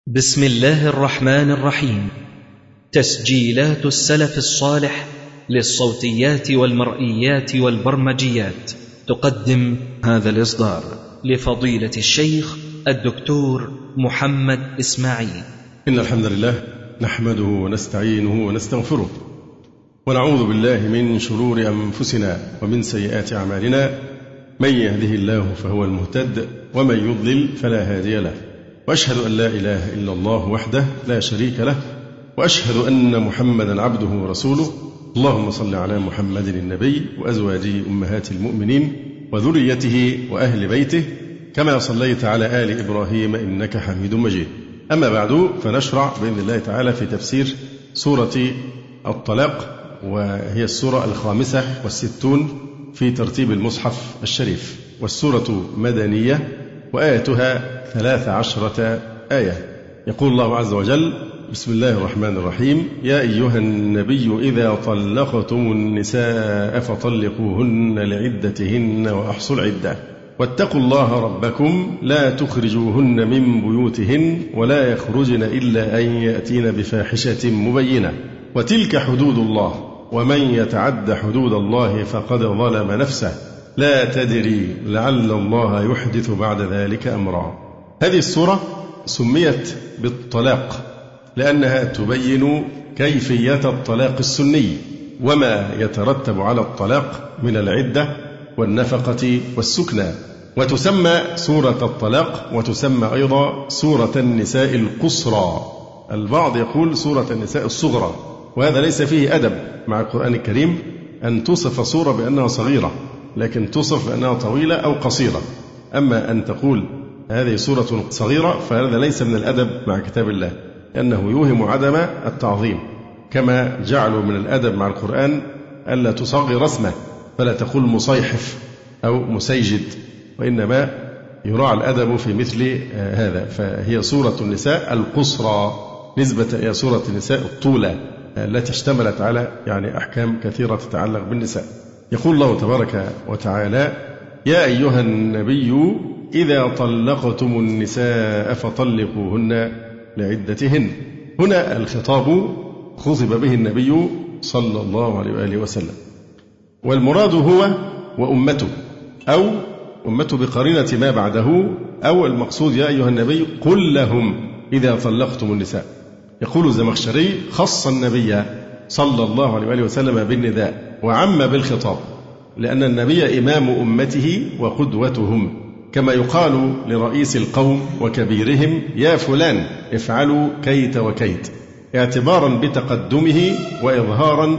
بسم الله الرحمن الرحيم. تسجيلات السلف الصالح للصوتيات والمرئيات والبرمجيات تقدم هذا الإصدار لفضيلة الشيخ الدكتور محمد إسماعيل. إن الحمد لله نحمده ونستعينه ونستغفره ونعوذ بالله من شرور أنفسنا ومن سيئات أعمالنا، من يهده الله فهو المهتد ومن يضلل فلا هادي له، وأشهد أن لا إله إلا الله وحده لا شريك له، وأشهد أن محمدا عبده ورسوله. اللهم صل على محمد النبي وأزواجه أمهات المؤمنين وذريته وأهل بيته كما صليت على آل إبراهيم إنك حميد مجيد. أما بعد، فنشرع بإذن الله تعالى في تفسير سورة الطلاق، وهي السورة 65 في ترتيب المصحف الشريف، والسورة مدنية وآياتها 13 آية. يقول الله عز وجل: بسم الله الرحمن الرحيم: يا أيها النبي إذا طلقتم النساء فطلقوهن لعدتهن وأحصوا العدة واتقوا الله ربكم لا تخرجوهن من بيوتهن ولا يخرجن إلا أن يأتين بفاحشة مبينة وتلك حدود الله ومن يتعد حدود الله فقد ظلم نفسه لا تدري لعل الله يحدث بعد ذلك أمرا. هذه السورة سميت بالطلاق لأنها تبين كيفية الطلاق السني وما يترتب على الطلاق من العدة والنفقة والسكنى، وتسمى سورة الطلاق وتسمى أيضا سورة النساء القصرى. البعض يقول سورة النساء الصغرى، وهذا ليس فيه أدب مع القرآن الكريم أن تصف سورة بأنها صغيرة، لكن تصف بأنها طويلة أو قصيرة. أما أن تقول هذه سورة صغيرة فهذا ليس من الأدب مع كتاب الله، لأنه يوهم عدم التعظيم، كما جعلوا من الأدب مع القرآن ألا تصغر اسمه، فلا تقول مصيحف أو مسيجد، وإنما يراعى الأدب في مثل هذا. فهي سورة النساء القصرى نسبة إلى سورة النساء الطولة التي اشتملت على أحكام كثيرة تتعلق بالنساء. يقول الله تبارك وتعالى: يا أيها النبي إذا طلقتم النساء فطلقوهن لعدتهن. هنا الخطاب خطب به النبي صلى الله عليه وآله وسلم، والمراد هو وأمته، أو أمته بقرينة ما بعده، أو المقصود يا أيها النبي قل لهم إذا طلقتم النساء. يقول الزمخشري: خص النبي صلى الله عليه وآله وسلم بالنداء وعم بالخطاب، لأن النبي إمام أمته وقدوتهم، كما يقال لرئيس القوم وكبيرهم: يا فلان افعلوا كيت وكيت، اعتبارا بتقدمه وإظهارا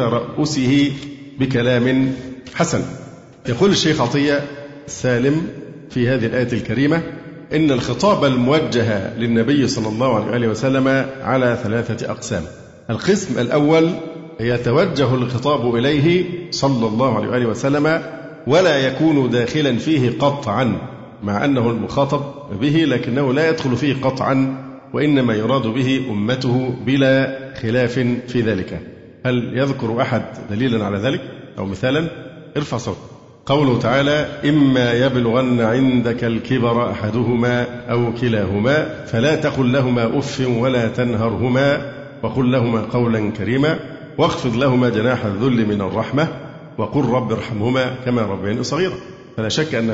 لترأسه بكلام حسن. يقول الشيخ عطية سالم في هذه الآية الكريمة إن الخطاب الموجه للنبي صلى الله عليه وآله وسلم على 3 أقسام. القسم الأول يتوجه الخطاب إليه صلى الله عليه وآله وسلم ولا يكون داخلا فيه قطعا، مع أنه المخاطب به لكنه لا يدخل فيه قطعا، وإنما يراد به أمته بلا خلاف في ذلك. هل يذكر أحد دليلا على ذلك أو مثالا؟ ارفع صوت. قوله تعالى: إما يبلغن عندك الكبر أحدهما أو كلاهما فلا تقل لهما أف ولا تنهرهما وقل لهما قولا كريما واخفض لهما جناح الذل من الرحمة وقل رب ارحمهما كما ربياني صغيرا. فلا شك أن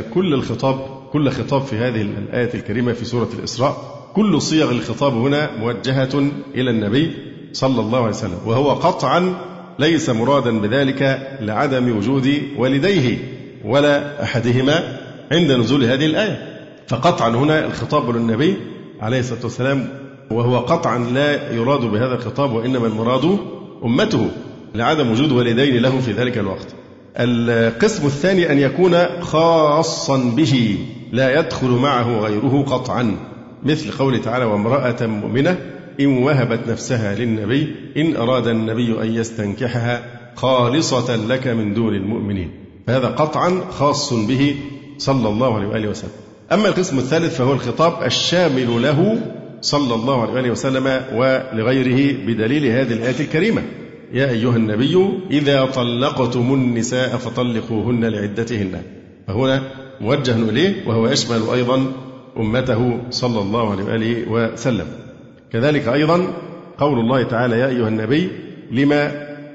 كل خطاب في هذه الآية الكريمة في سورة الإسراء، كل صيغ الخطاب هنا موجهة إلى النبي صلى الله عليه وسلم، وهو قطعا ليس مرادا بذلك لعدم وجود والديه ولا أحدهما عند نزول هذه الآية، فقطعا هنا الخطاب للنبي عليه الصلاة والسلام، وهو قطعا لا يراد بهذا الخطاب وإنما المراد أمته لعدم وجود والدين له في ذلك الوقت. القسم الثاني أن يكون خاصا به لا يدخل معه غيره قطعا، مثل قوله تعالى: وامرأة مؤمنة إن وهبت نفسها للنبي إن أراد النبي أن يستنكحها خالصة لك من دون المؤمنين، فهذا قطعا خاص به صلى الله عليه وآله وسلم. أما القسم الثالث فهو الخطاب الشامل له صلى الله عليه وآله وسلم ولغيره بدليل هذه الآية الكريمة: يا أيها النبي إذا طلقتم النساء فطلقوهن لعدتهن. فهنا موجه إليه، وهو يشمل أيضا أمته صلى الله عليه وآله وسلم. كذلك أيضا قول الله تعالى: يا أيها النبي لما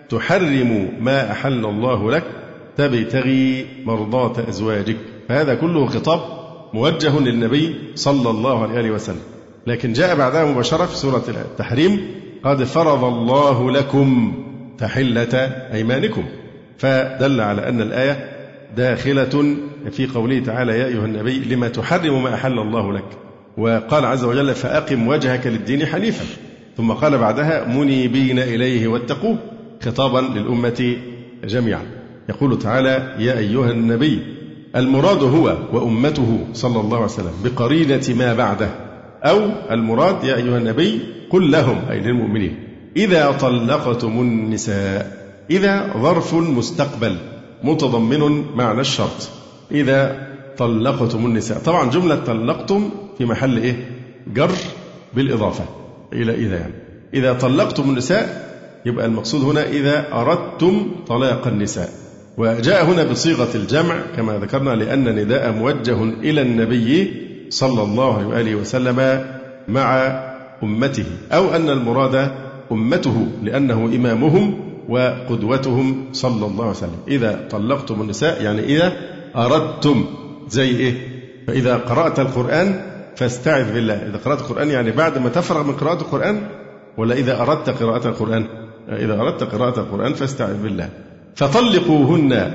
تحرم ما أحل الله لك تبتغي مرضات أزواجك. فهذا كله خطاب موجه للنبي صلى الله عليه وآله وسلم. لكن جاء بعدها مباشرة في سورة التحريم: قد فرض الله لكم تحلة أيمانكم. فدل على أن الآية داخلة في قوله تعالى: يا أيها النبي لما تحرم ما أحل الله لك. وقال عز وجل: فأقم وجهك للدين حنيفا. ثم قال بعدها: منيبين إليه واتقوه، خطابا للأمة جميعا. يقول تعالى: يا أيها النبي. المراد هو وأمته صلى الله عليه وسلم بقرينة ما بعده، أو المراد يا أيها النبي قل لهم أي للمؤمنين إذا طلقتم النساء. إذا ظرف مستقبل متضمن معنى الشرط. إذا طلقتم النساء، طبعا جملة طلقتم في محل إيه؟ جر بالإضافة إلى إذا. يعني إذا طلقتم النساء يبقى المقصود هنا إذا أردتم طلاق النساء. وجاء هنا بصيغة الجمع كما ذكرنا لأن نداء موجه إلى النبي صلى الله عليه وآله وسلم مع أمته، أو أن المراد أمته لأنه إمامهم وقدوتهم صلى الله عليه وسلم. إذا طلقتم النساء يعني إذا أردتم، زي إيه؟ فإذا قرأت القرآن فاستعذ بالله. إذا قرأت القرآن يعني بعد ما تفرغ من قراءة القرآن، ولا إذا أردت قراءة القرآن؟ إذا أردت قراءة القرآن فاستعذ بالله. فطلقوهن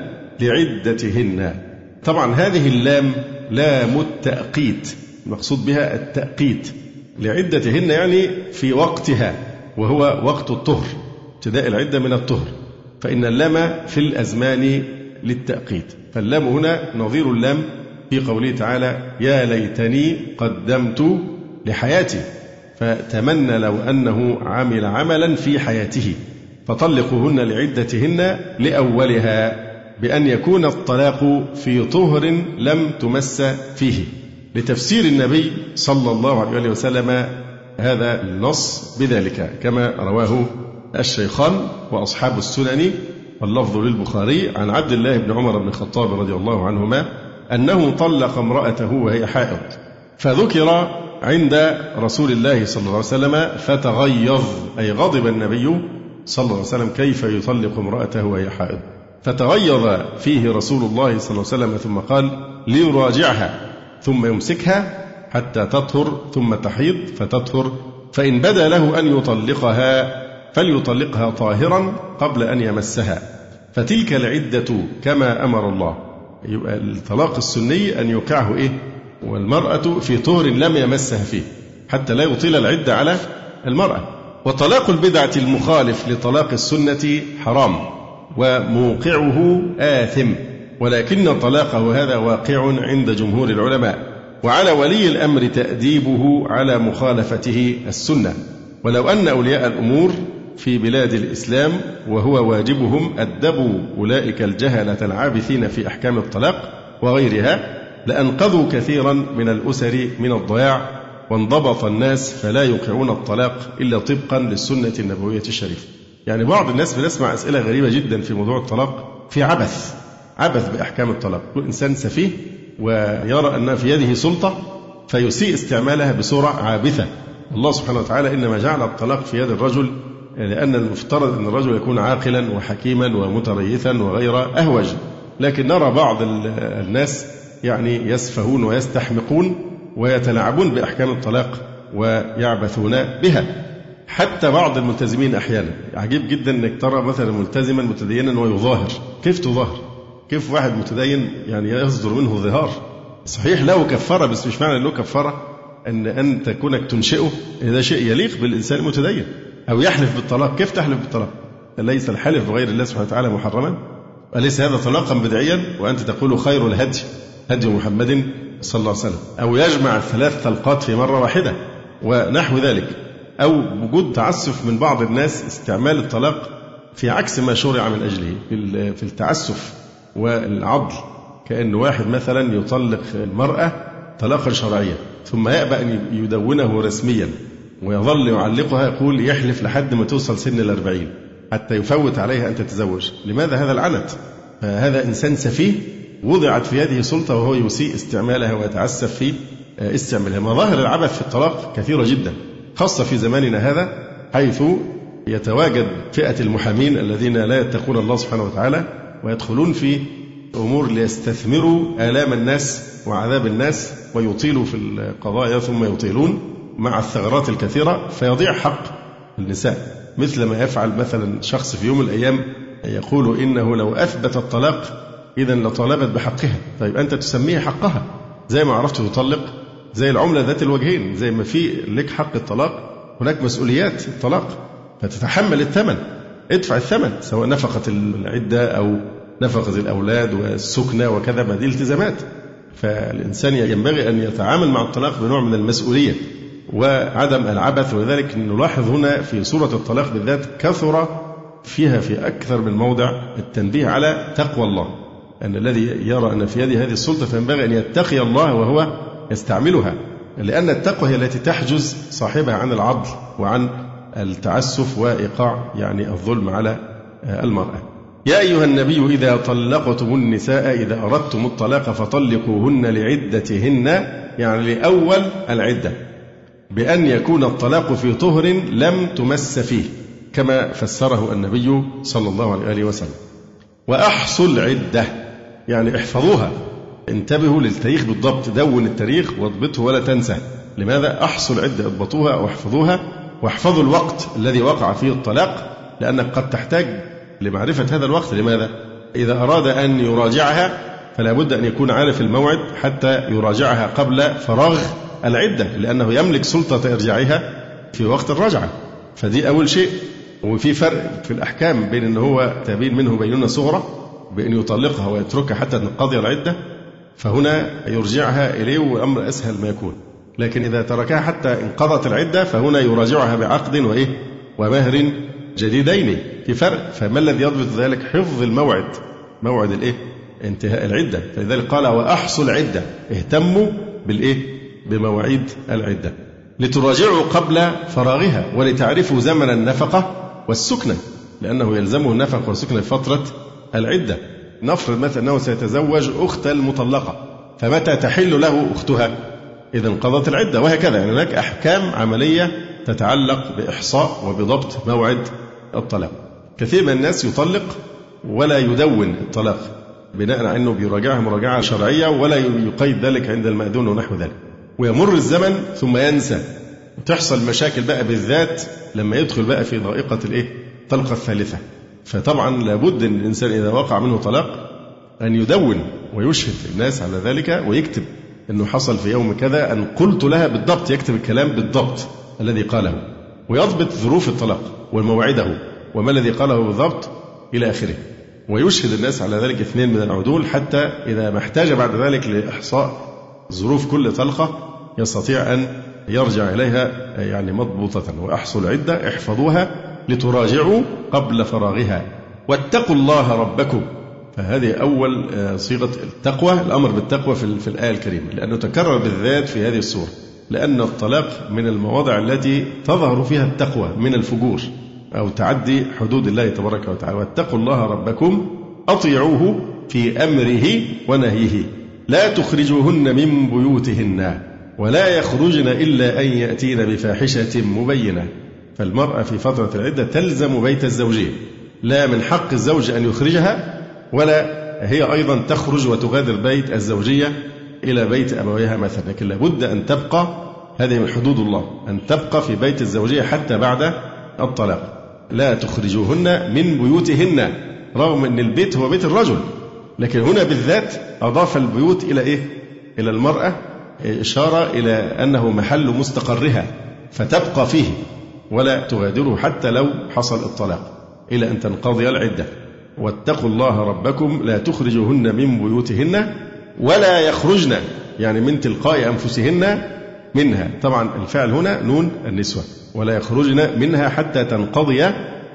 لعدتهن. طبعا هذه اللام لام التأقيت، المقصود بها التأقيت. لعدتهن يعني في وقتها، وهو وقت الطهر، ابتداء العدة من الطهر. فإن اللام في الأزمان للتأقيت. فاللام هنا نظير اللام في قوله تعالى: يا ليتني قدمت لحياتي. فتمنى لو أنه عمل عملا في حياته. فطلقوهن لعدتهن لأولها، بأن يكون الطلاق في طهر لم تمس فيه، لتفسير النبي صلى الله عليه وسلم هذا النص بذلك، كما رواه الشيخان وأصحاب السنن واللفظ للبخاري عن عبد الله بن عمر بن الخطاب رضي الله عنهما أنه طلق امرأته وهي حائض، فذكر عند رسول الله صلى الله عليه وسلم فتغيظ، أي غضب النبي صلى الله عليه وسلم كيف يطلق امرأته وهي حائض. فتغيظ فيه رسول الله صلى الله عليه وسلم ثم قال: ليراجعها ثم يمسكها حتى تطهر ثم تحيض فتطهر، فإن بدا له أن يطلقها فليطلقها طاهرا قبل أن يمسها، فتلك العدة كما أمر الله. يبقى الطلاق السني أن يوقعه إيه؟ والمرأة في طهر لم يمسها فيه، حتى لا يطيل العدة على المرأة. وطلاق البدعة المخالف لطلاق السنة حرام وموقعه آثم، ولكن طلاقه هذا واقع عند جمهور العلماء، وعلى ولي الأمر تأديبه على مخالفته السنة. ولو أن أولياء الأمور في بلاد الإسلام وهو واجبهم أدبوا أولئك الجهلة العابثين في أحكام الطلاق وغيرها لأنقذوا كثيرا من الأسر من الضياع، وانضبط الناس فلا يوقعون الطلاق إلا طبقا للسنة النبوية الشريفة. يعني بعض الناس بنسمع أسئلة غريبة جدا في موضوع الطلاق، في عبث بأحكام الطلاق. كل إنسان سفيه ويرى أن في يده سلطة فيسيء استعمالها بصورة عابثة. الله سبحانه وتعالى إنما جعل الطلاق في يد الرجل لأن المفترض أن الرجل يكون عاقلا وحكيما ومتريثا وغير أهوج، لكن نرى بعض الناس يعني يسفهون ويستحمقون ويتلاعبون بأحكام الطلاق ويعبثون بها. حتى بعض الملتزمين أحيانا عجيب جدا أنك ترى مثلا ملتزما متدينا ويظاهر. كيف تظاهر؟ كيف واحد متدين يعني يصدر منه ظهار؟ صحيح له كفارة، بس مش معنى له كفارة أن تكونك تنشئه. هذا شيء يليق بالإنسان المتدين. أو يحلف بالطلاق. كيف تحلف بالطلاق؟ أليس الحلف بغير الله سبحانه وتعالى محرما؟ أليس هذا طلاقا بدعيا؟ وأنت تقول خير الهدي هدي محمد صلى الله عليه وسلم. أو يجمع 3 طلقات في مرة واحدة ونحو ذلك. أو وجود تعسف من بعض الناس استعمال الطلاق في عكس ما شرع من أجله، في التعسف والعضل، كأن واحد مثلا يطلق المرأة طلاقا شرعيا ثم يأبى أن يدونه رسميا ويظل يعلقها، يقول يحلف لحد ما توصل سن 40 حتى يفوت عليها أن تتزوج. لماذا هذا العنت؟ فهذا إنسان سفيه وضعت في يده سلطة وهو يسيء استعمالها ويتعسف في استعملها. مظاهر العبث في الطلاق كثيرة جدا، خاصة في زماننا هذا، حيث يتواجد فئة المحامين الذين لا يتقون الله سبحانه وتعالى ويدخلون في أمور ليستثمروا آلام الناس وعذاب الناس ويطيلوا في القضايا ثم يطيلون مع الثغرات الكثيرة فيضيع حق النساء، مثل ما يفعل مثلا شخص في يوم من الأيام يقول إنه لو أثبت الطلاق إذا لطالبت بحقها. طيب أنت تسميه حقها، زي ما عرفت تطلق، زي العملة ذات الوجهين، زي ما في لك حق الطلاق هناك مسؤوليات الطلاق فتتحمل الثمن، ادفع الثمن سواء نفقة العدة أو نفقة الأولاد والسكنة وكذا، ما دي التزامات. فالإنسان ينبغي أن يتعامل مع الطلاق بنوع من المسؤولية وعدم العبث. ولذلك نلاحظ هنا في سورة الطلاق بالذات كثر فيها في أكثر من موضع التنبيه على تقوى الله، أن الذي يرى أن في يده هذه السلطة فينبغي أن يتقي الله وهو يستعملها، لأن التقوى هي التي تحجز صاحبها عن العضل وعن التعسف وإيقاع يعني الظلم على المرأة. يا أيها النبي إذا طلقتم النساء إذا أردتم الطلاق فطلقوهن لعدتهن، يعني لأول العدة، بأن يكون الطلاق في طهر لم تمس فيه، كما فسره النبي صلى الله عليه وسلم. وأحصوا العدة يعني احفظوها، انتبهوا للتاريخ بالضبط، دون التاريخ واضبطه ولا تنسى. لماذا؟ أحصوا العدة، اضبطوها واحفظوها، واحفظوا الوقت الذي وقع فيه الطلاق، لأنك قد تحتاج لمعرفة هذا الوقت. لماذا؟ إذا أراد أن يراجعها فلا بد أن يكون عارف الموعد حتى يراجعها قبل فراغ العدة، لأنه يملك سلطة إرجاعها في وقت الرجعة. فدي أول شيء. وفي فرق في الأحكام بين أنه هو تبين منه بينونة صغرى بأن يطلقها ويتركها حتى تنقضي العدة، فهنا يرجعها إليه والأمر أسهل ما يكون. لكن إذا تركها حتى انقضت العدة فهنا يراجعها بعقد ومهر جديدين، في فرق. فما الذي يضبط ذلك؟ حفظ الموعد، موعد انتهاء العدة. فلذلك قال وأحصوا العدة، اهتموا بمواعيد العدة، لتراجعوا قبل فراغها ولتعرفوا زمن النفقة والسكنة، لأنه يلزمه النفقة والسكنة في فترة العدة. نفرض مثلا أنه سيتزوج أخت المطلقة، فمتى تحل له أختها؟ إذا انقضت العدة، وهكذا. يعني هناك أحكام عملية تتعلق بإحصاء وبضبط موعد الطلاق. كثير من الناس يطلق ولا يدون الطلاق بناء على أنه بيراجعها مراجعة شرعية ولا يقيد ذلك عند المأذون ونحو ذلك، ويمر الزمن ثم ينسى، وتحصل مشاكل بقى بالذات لما يدخل بقى في ضائقة الطلقة الثالثة. فطبعا لابد أن الإنسان إذا وقع منه طلاق أن يدون ويشهد الناس على ذلك، ويكتب أنه حصل في يوم كذا أن قلت لها بالضبط، يكتب الكلام بالضبط الذي قاله، ويضبط ظروف الطلاق وموعده وما الذي قاله بالضبط إلى آخره، ويشهد الناس على ذلك 2 من العدول، حتى إذا ما احتاج بعد ذلك لإحصاء ظروف كل طلقة يستطيع أن يرجع إليها يعني مضبوطة. وأحصوا العدة، احفظوها لتراجعوا قبل فراغها، واتقوا الله ربكم. فهذه أول صيغة التقوى، الأمر بالتقوى في الآية الكريمة، لأنه تكرر بالذات في هذه السورة، لأن الطلاق من المواضع التي تظهر فيها التقوى من الفجور أو تعدي حدود الله تبارك وتعالى. واتقوا الله ربكم أطيعوه في أمره ونهيه، لا تخرجوهن من بيوتهن ولا يخرجن إلا أن يأتين بفاحشة مبينة. فالمرأة في فترة العدة تلزم بيت الزوجية، لا من حق الزوج أن يخرجها، ولا هي أيضا تخرج وتغادر بيت الزوجية إلى بيت أبويها مثلا، لكن لابد أن تبقى، هذه من حدود الله، أن تبقى في بيت الزوجية حتى بعد الطلاق. لا تخرجوهن من بيوتهن، رغم أن البيت هو بيت الرجل، لكن هنا بالذات أضاف البيوت إلى إلى المرأة، إشارة إلى أنه محل مستقرها، فتبقى فيه ولا تغادره حتى لو حصل الطلاق إلى أن تنقضي العدة. واتقوا الله ربكم لا تخرجوهن من بيوتهن ولا يخرجن، يعني من تلقاء أنفسهن منها، طبعا الفعل هنا نون النسوة، ولا يخرجن منها حتى تنقضي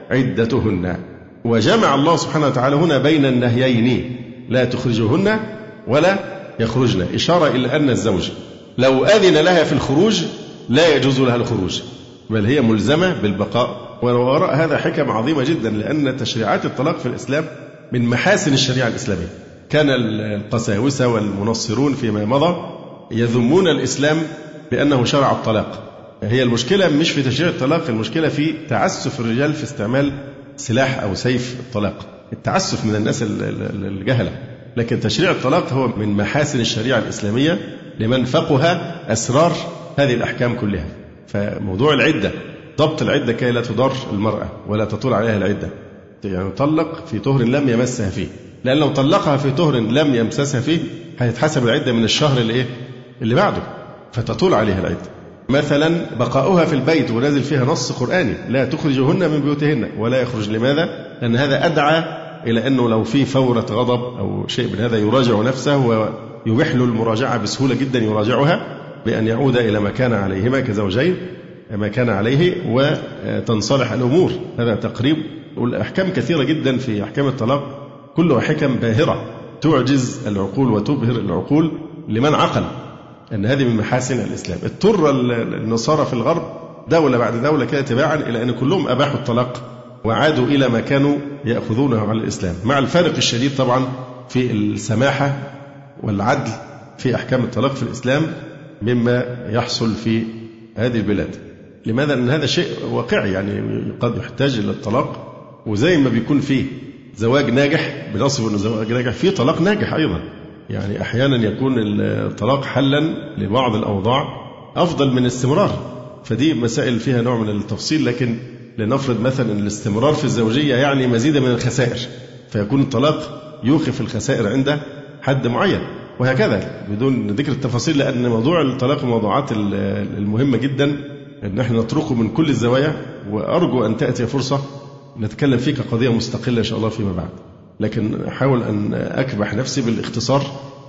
عدتهن. وجمع الله سبحانه وتعالى هنا بين النهيين، لا تخرجوهن ولا يخرجن، إشارة إلى أن الزوج لو أذن لها في الخروج لا يجوز لها الخروج، بل هي ملزمة بالبقاء. ووراء هذا حكم عظيمة جدا، لأن تشريعات الطلاق في الإسلام من محاسن الشريعة الإسلامية. كان القساوسة والمنصرون فيما مضى يذمون الإسلام بأنه شرع الطلاق. هي المشكلة مش في تشريع الطلاق، المشكلة في تعسف الرجال في استعمال سلاح أو سيف الطلاق، التعسف من الناس الجهلة. لكن تشريع الطلاق هو من محاسن الشريعة الإسلامية لمن فقه أسرار هذه الأحكام كلها. فموضوع العدة، ضبط العدة كي لا تضر المرأة ولا تطول عليها العدة، يعني طلق في طهر لم يمسها فيه، لأن لو طلقها في طهر لم يمسسها فيه هيتحسب العدة من الشهر اللي بعده، فتطول عليها العدة. مثلا بقاؤها في البيت ونازل فيها نص قرآني لا تخرجهن من بيوتهن ولا يخرج. لماذا؟ لأن هذا أدعى إلى أنه لو في فورة غضب أو شيء من هذا يراجع نفسه، ويبيح له المراجعة بسهولة جدا، يراجعها بأن يعود إلى ما كان عليهما كزوجين ما كان عليه وتنصلح الأمور. هذا تقريب. والأحكام كثيرة جدا في أحكام الطلاق، كلها حكم باهرة تعجز العقول وتبهر العقول لمن عقل أن هذه من محاسن الإسلام. اضطر النصارى في الغرب دولة بعد دولة كده تباعا إلى أن كلهم أباحوا الطلاق وعادوا إلى ما كانوا يأخذونه على الإسلام، مع الفارق الشديد طبعا في السماحة والعدل في أحكام الطلاق في الإسلام مما يحصل في هذه البلاد. لماذا؟ لأن هذا شيء واقعي، يعني قد يحتاج إلى الطلاق، وزي ما بيكون فيه زواج ناجح بنصف أنه زواج ناجح، فيه طلاق ناجح أيضا. يعني أحيانا يكون الطلاق حلا لبعض الأوضاع أفضل من الاستمرار. فدي مسائل فيها نوع من التفصيل، لكن لنفرض مثلا أن الاستمرار في الزوجية يعني مزيد من الخسائر، فيكون الطلاق يوقف الخسائر عند حد معين، وهكذا بدون ذكر التفاصيل، لأن موضوع الطلاق موضوعات المهمة جدا أن احنا نتركه من كل الزوايا. وأرجو أن تأتي فرصة نتكلم فيه كقضية مستقلة إن شاء الله فيما بعد، لكن أحاول أن أكبح نفسي بالاختصار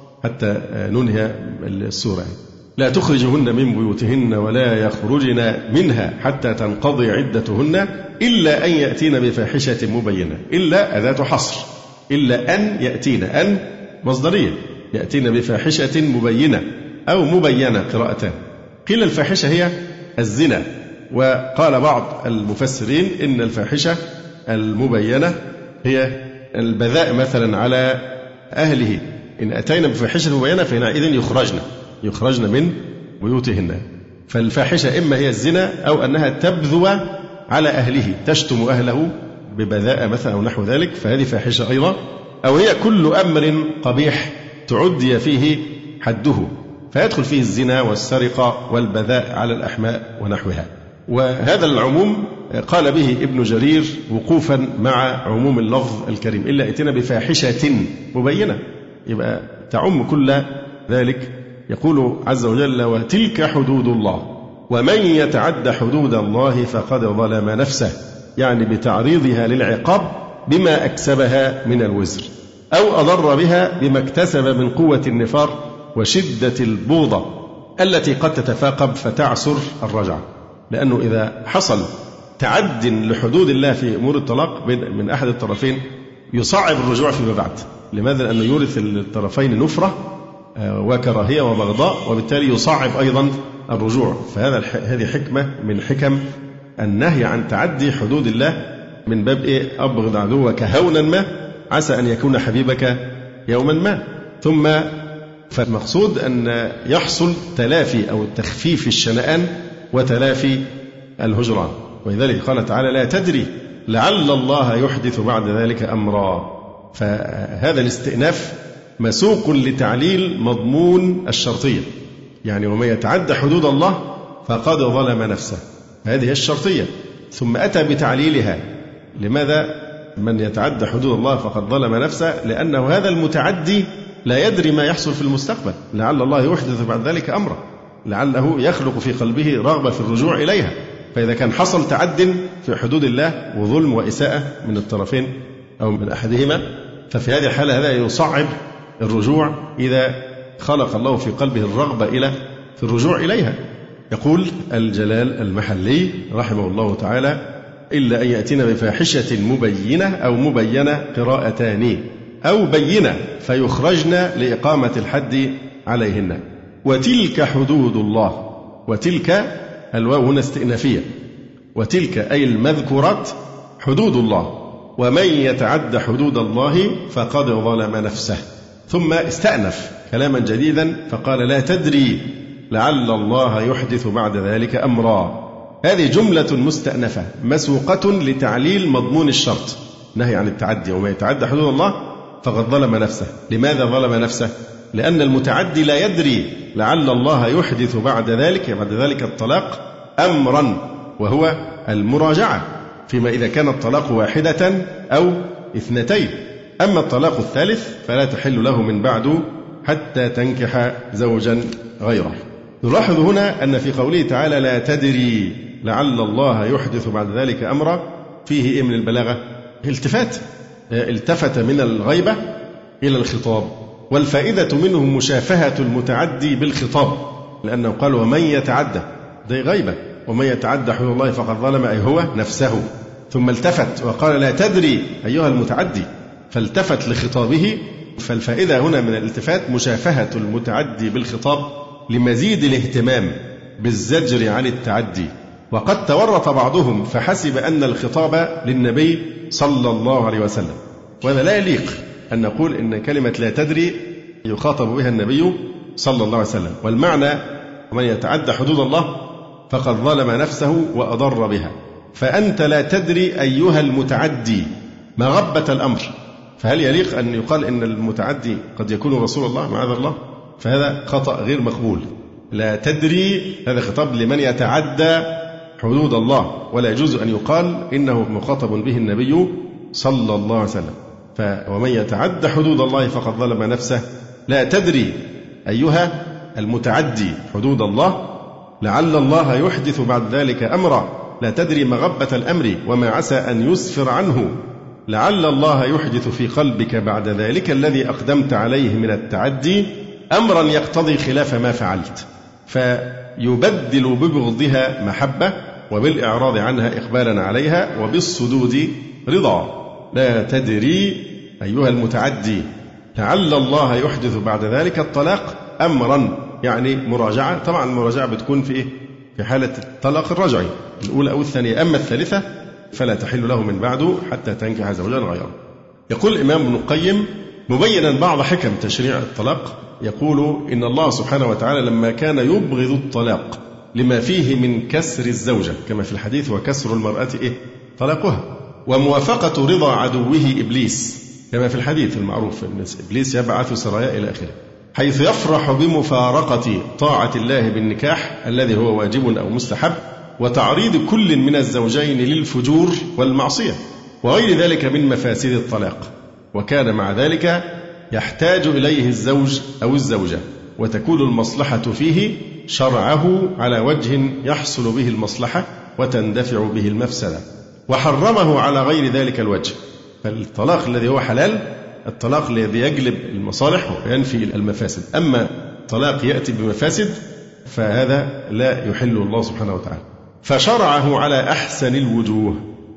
حتى ننهي السورة. لا تخرجهن من بيوتهن ولا يخرجن منها حتى تنقضي عدتهن إلا أن يأتين بفاحشة مبينة. إلا أداة حصر، إلا أن يأتين، أن مصدرية، يأتين بفاحشة مبينة أو مبينة قراءتان. قيل الفاحشة هي الزنا، وقال بعض المفسرين إن الفاحشة المبينة هي البذاء مثلا على أهله. إن أتينا بفاحشة مبينة فحينئذ يخرجن من بيوتهن. فالفاحشة إما هي الزنا أو أنها تبذو على أهله، تشتم أهله ببذاء مثلا أو نحو ذلك، فهذه فاحشة أيضا. أو هي كل أمر قبيح تعدي فيه حده، فيدخل فيه الزنا والسرقة والبذاء على الأحماء ونحوها. وهذا العموم قال به ابن جرير وقوفا مع عموم اللفظ الكريم، إلا ائتنا بفاحشة مبينة، يبقى تعم كل ذلك. يقول عز وجل: وتلك حدود الله ومن يتعد حدود الله فقد ظلم نفسه، يعني بتعريضها للعقاب بما أكسبها من الوزر، أو أضر بها بما اكتسب من قوة النفار وشدة البغضة التي قد تتفاقم فتعسر الرجعة. لأنه إذا حصل تعد لحدود الله في أمور الطلاق من أحد الطرفين يصعب الرجوع فيما بعد. لماذا؟ لأنه يورث الطرفين نفرة وكراهية وبغضاء، وبالتالي يصعب أيضا الرجوع. هذه حكمة من حكم النهي عن تعدي حدود الله، من باب أبغض عدوك هونا ما عسى أن يكون حبيبك يوما ما. ثم فالمقصود أن يحصل تلافي أو تخفيف الشنآن وتلافي الهجران. ولذلك قال تعالى: لا تدري لعل الله يحدث بعد ذلك أمرا. فهذا الاستئناف مسوق لتعليل مضمون الشرطية، يعني ومن يتعدى حدود الله فقد ظلم نفسه، هذه الشرطية. ثم أتى بتعليلها. لماذا من يتعدى حدود الله فقد ظلم نفسه؟ لأنه هذا المتعدي لا يدري ما يحصل في المستقبل، لعل الله يحدث بعد ذلك أمرا، لعله يخلق في قلبه رغبة في الرجوع إليها. فإذا كان حصل تعد في حدود الله وظلم وإساءة من الطرفين أو من أحدهما، ففي هذه الحالة هذا يصعب الرجوع إذا خلق الله في قلبه الرغبة في الرجوع إليها. يقول الجلال المحلي رحمه الله تعالى: إلا أن يأتينا بفاحشة مبينة أو مبينة قراءتان، أو بينة فيخرجن لإقامة الحد عليهن. وتلك حدود الله، وتلك الواو هنا استئنافية، وتلك أي المذكورات حدود الله، ومن يتعد حدود الله فقد ظلم نفسه. ثم استأنف كلاما جديدا فقال لا تدري لعل الله يحدث بعد ذلك أمرا. هذه جملة مستأنفة مسوقة لتعليل مضمون الشرط، نهي عن التعدي، وما يتعدى حدود الله فقد ظلم نفسه. لماذا ظلم نفسه؟ لأن المتعدي لا يدري لعل الله يحدث بعد ذلك الطلاق أمرا، وهو المراجعة، فيما إذا كان الطلاق واحدة أو اثنتين. أما الطلاق الثالث فلا تحل له من بعد حتى تنكح زوجا غيره. نلاحظ هنا أن في قوله تعالى لا تدري لعل الله يحدث بعد ذلك أمرا فيه إيه من البلاغة؟ التفت من الغيبة إلى الخطاب، والفائدة منه مشافهة المتعدي بالخطاب، لأنه قال ومن يتعدى، ده غيبة، ومن يتعدى حدود الله فقد ظلم أي هو نفسه. ثم التفت وقال لا تدري أيها المتعدي، فالتفت لخطابه. فالفائدة هنا من الالتفات مشافهة المتعدي بالخطاب لمزيد الاهتمام بالزجر عن التعدي. وقد تورط بعضهم فحسب أن الخطاب للنبي صلى الله عليه وسلم، وهذا لا يليق أن نقول إن كلمة لا تدري يخاطب بها النبي صلى الله عليه وسلم، والمعنى من يتعدى حدود الله فقد ظلم نفسه وأضر بها. فأنت لا تدري أيها المتعدي مغبة الأمر، فهل يليق أن يقال إن المتعدي قد يكون رسول الله؟ معاذ الله، فهذا خطأ غير مقبول. لا تدري هذا خطاب لمن يتعدى حدود الله، ولا يجوز أن يقال إنه مخاطب به النبي صلى الله عليه وسلم. ومن يتعدى حدود الله فقد ظلم نفسه. لا تدري أيها المتعدي حدود الله لعل الله يحدث بعد ذلك أمرا. لا تدري مغبة الأمر وما عسى أن يسفر عنه، لعل الله يحدث في قلبك بعد ذلك الذي أقدمت عليه من التعدي أمرا يقتضي خلاف ما فعلت، فيبدل ببغضها محبة، وبالإعراض عنها إقبالا عليها، وبالصدود رضا. لا تدري أيها المتعدي لعل الله يحدث بعد ذلك الطلاق أمرا، يعني مراجعة. طبعا المراجعة بتكون في إيه؟ في حالة الطلاق الرجعي الأولى أو الثانية، أما الثالثة فلا تحل له من بعده حتى تنكح زوجا غيره. يقول الإمام ابن القيم مبينا بعض حكم تشريع الطلاق، يقول إن الله سبحانه وتعالى لما كان يبغض الطلاق لما فيه من كسر الزوجة كما في الحديث وكسر المرأة طلاقها، وموافقة رضا عدوه إبليس كما في الحديث المعروف إبليس يبعث سرايا إلى آخره، حيث يفرح بمفارقة طاعة الله بالنكاح الذي هو واجب أو مستحب، وتعريض كل من الزوجين للفجور والمعصية وغير ذلك من مفاسد الطلاق. وكان مع ذلك يحتاج إليه الزوج أو الزوجة، وتكون المصلحة فيه شرعه على وجه يحصل به المصلحة وتندفع به المفسدة، وحرمه على غير ذلك الوجه. فالطلاق الذي هو حلال الطلاق الذي يجلب المصالح وينفي المفاسد، أما الطلاق يأتي بمفاسد فهذا لا يحل الله سبحانه وتعالى. فشرعه على أحسن الوجوه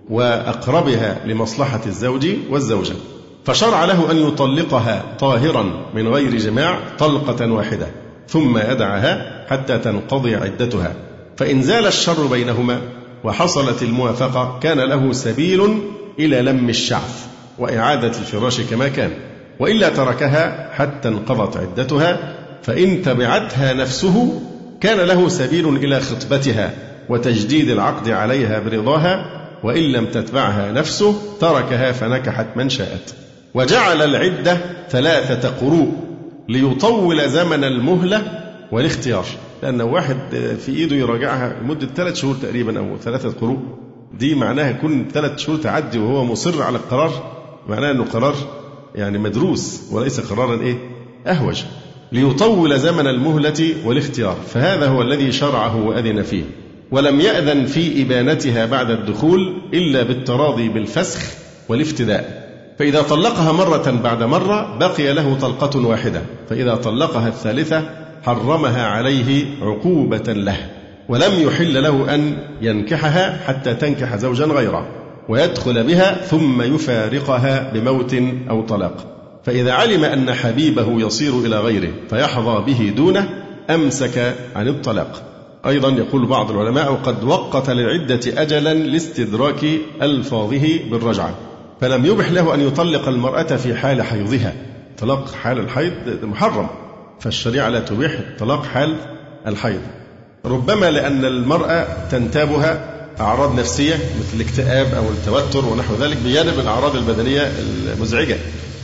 وأقربها لمصلحة الزوج والزوجة، فشرع له أن يطلقها طاهرا من غير جماع طلقة واحدة، ثم يدعها حتى تنقضي عدتها، فإن زال الشر بينهما وحصلت الموافقة كان له سبيل إلى لم الشعث وإعادة الفراش كما كان، وإلا تركها حتى انقضت عدتها. فإن تبعتها نفسه كان له سبيل إلى خطبتها وتجديد العقد عليها برضاها، وإن لم تتبعها نفسه تركها فنكحت من شاءت. وجعل العدة 3 قروء ليطول زمن المهلة والاختيار، لأن واحد في إيده يراجعها لمدة 3 شهور تقريبا أو 3 قروء، دي معناها يكون 3 شهور تعدي وهو مصر على القرار، معناها أنه قرار يعني مدروس وليس قرارا أهوج. ليطول زمن المهلة والاختيار، فهذا هو الذي شرعه وأذن فيه، ولم يأذن في إبانتها بعد الدخول إلا بالتراضي بالفسخ والافتداء. فإذا طلقها مرة بعد مرة بقي له طلقة واحدة، فإذا طلقها الثالثة حرمها عليه عقوبة له، ولم يحل له أن ينكحها حتى تنكح زوجا غيره ويدخل بها ثم يفارقها بموت أو طلاق. فإذا علم أن حبيبه يصير إلى غيره فيحظى به دونه أمسك عن الطلاق. أيضا يقول بعض العلماء وقد وقت للعدة أجلا لاستدراك ألفاظه بالرجعة، فلم يبح له أن يطلق المرأة في حال حيضها، طلاق حال الحيض محرم، فالشريعة لا تبيح طلاق حال الحيض. ربما لأن المرأة تنتابها أعراض نفسية مثل الاكتئاب أو التوتر ونحو ذلك بجانب الأعراض البدنية المزعجة،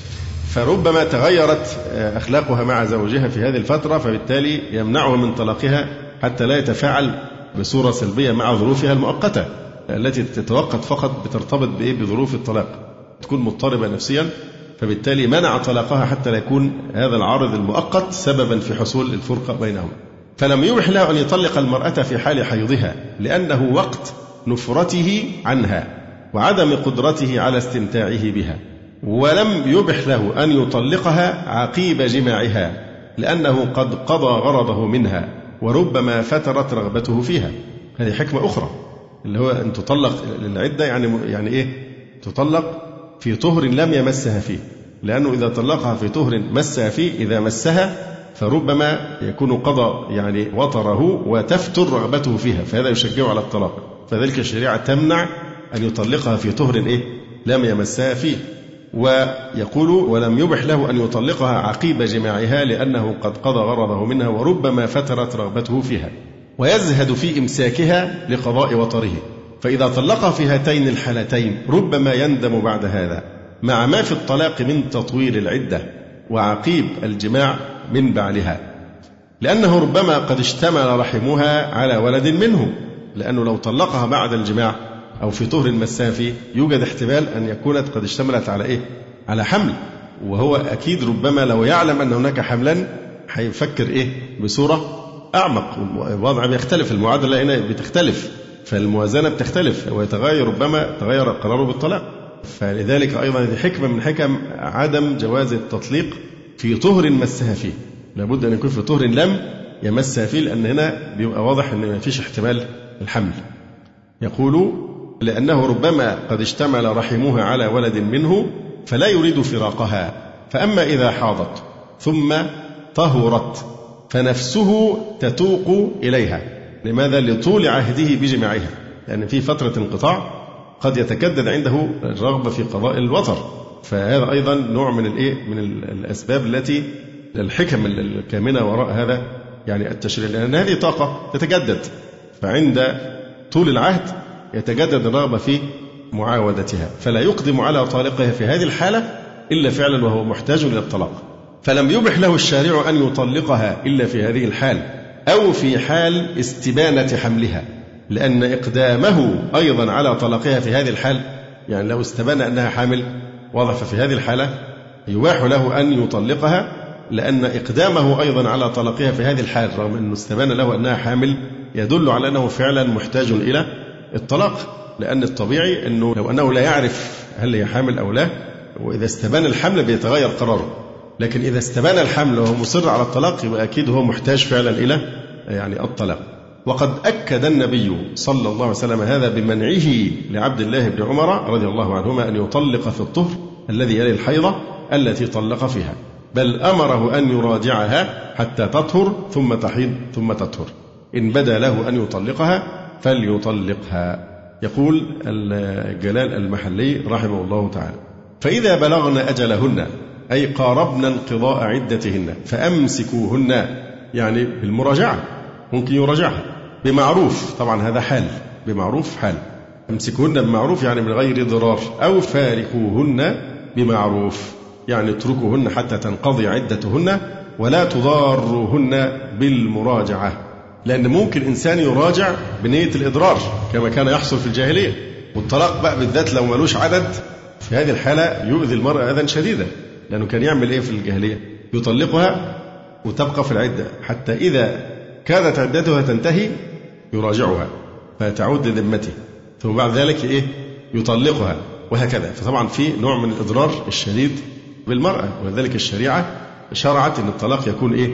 فربما تغيرت أخلاقها مع زوجها في هذه الفترة، فبالتالي يمنعه من طلاقها حتى لا يتفاعل بصورة سلبية مع ظروفها المؤقتة التي تتوقت فقط بترتبط بظروف الطلاق، تكون مضطربة نفسيا، فبالتالي منع طلاقها حتى لا يكون هذا العارض المؤقت سببا في حصول الفرقة بينهم. فلم يبح له أن يطلق المرأة في حال حيضها لأنه وقت نفرته عنها وعدم قدرته على استمتاعه بها، ولم يبح له أن يطلقها عقيب جماعها لأنه قد قضى غرضه منها وربما فترت رغبته فيها. هذه حكمة أخرى اللي هو أن تطلق للعدة، يعني إيه؟ تطلق في طهر لم يمسها فيه، لأنه إذا طلقها في طهر مسها فيه إذا مسها فربما يكون قضى يعني وطره وتفتر رغبته فيها، فهذا يشجعه على الطلاق، فذلك الشريعة تمنع أن يطلقها في طهر إيه؟ لم يمسها فيه. ويقول ولم يبح له أن يطلقها عقيب جماعها لأنه قد قضى غرضه منها وربما فترت رغبته فيها، ويزهد في إمساكها لقضاء وطره، فإذا طلقها في هاتين الحالتين ربما يندم بعد هذا مع ما في الطلاق من تطويل العدة وعقيب الجماع من بعلها، لأنه ربما قد اشتمل رحمها على ولد منه، لأنه لو طلقها بعد الجماع أو في طهر مسها فيه يوجد احتمال أن يكونت قد اشتملت على إيه؟ على حمل، وهو أكيد ربما لو يعلم أن هناك حملا هيفكر إيه؟ بصورة أعمق، الوضع بيختلف، المعادلة هنا بتختلف، فالموازنة بتختلف ويتغير، ربما تغير قراره بالطلاق. فلذلك أيضا هذه حكمة من حكم عدم جواز التطليق في طهر مسها فيه، لابد أن يكون في طهر لم يمسها فيه، لأن هنا بيبقى واضح أن ما فيش احتمال الحمل. يقول لأنه ربما قد اشتمل رحمها على ولد منه فلا يريد فراقها، فأما إذا حاضت ثم طهرت فنفسه تتوق إليها. لماذا؟ لطول عهده بجماعها، لأن في فترة انقطاع قد يتجدد عنده الرغبة في قضاء الوطر، فهذا أيضا نوع من من الأسباب التي الحكم الكامنة وراء هذا يعني التشريع، لأن هذه طاقة تتجدد، فعند طول العهد يتجدد الرغبة في معاودتها، فلا يقدم على طالقها في هذه الحالة إلا فعلا وهو محتاج إلى الطلاق. فلم يبح له الشارع أن يطلقها إلا في هذه الحال أو في حال استبانة حملها، لأن إقدامه أيضا على طلاقها في هذه الحال، يعني لو استبان أنها حامل واضح، ففي هذه الحالة يباح له أن يطلقها، لأن إقدامه أيضا على طلاقها في هذه الحال رغم أنه استبان له أنها حامل يدل على أنه فعلا محتاج إلى الطلاق، لأن الطبيعي أنه لو أنه لا يعرف هل هي حامل أو لا، وإذا استبان الحمل بيتغير قراره، لكن إذا استبان الحمل وهو مصر على الطلاق يبقى أكيد هو محتاج فعلا إلى يعني الطلاق. وقد أكد النبي صلى الله عليه وسلم هذا بمنعه لعبد الله بن عمر رضي الله عنهما أن يطلق في الطهر الذي يلي الحيضة التي طلق فيها، بل أمره أن يراجعها حتى تطهر ثم تحيض ثم تطهر، إن بدا له أن يطلقها فليطلقها. يقول الجلال المحلي رحمه الله تعالى: فإذا بلغن أجلهن أي قاربن انقضاء عدتهن فأمسكوهن، يعني بالمراجعة، ممكن يراجعها بمعروف، طبعا هذا حال، بمعروف حال، أمسكوهن بمعروف يعني من غير ضرار، أو فارقوهن بمعروف يعني اتركوهن حتى تنقضي عدتهن ولا تضاروهن بالمراجعة، لأن ممكن إنسان يراجع بنية الإضرار كما كان يحصل في الجاهلية، والطلاق بقى بالذات لو ملوش عدد في هذه الحالة يؤذي المرأة أذى شديدا، لأنه كان يعمل إيه في الجاهلية؟ يطلقها وتبقى في العدة حتى إذا كانت عدتها تنتهي يراجعها فتعود لذمته، ثم بعد ذلك إيه؟ يطلقها، وهكذا. فطبعا في نوع من الإضرار الشديد بالمرأة، ولذلك الشريعة شرعت أن الطلاق يكون إيه؟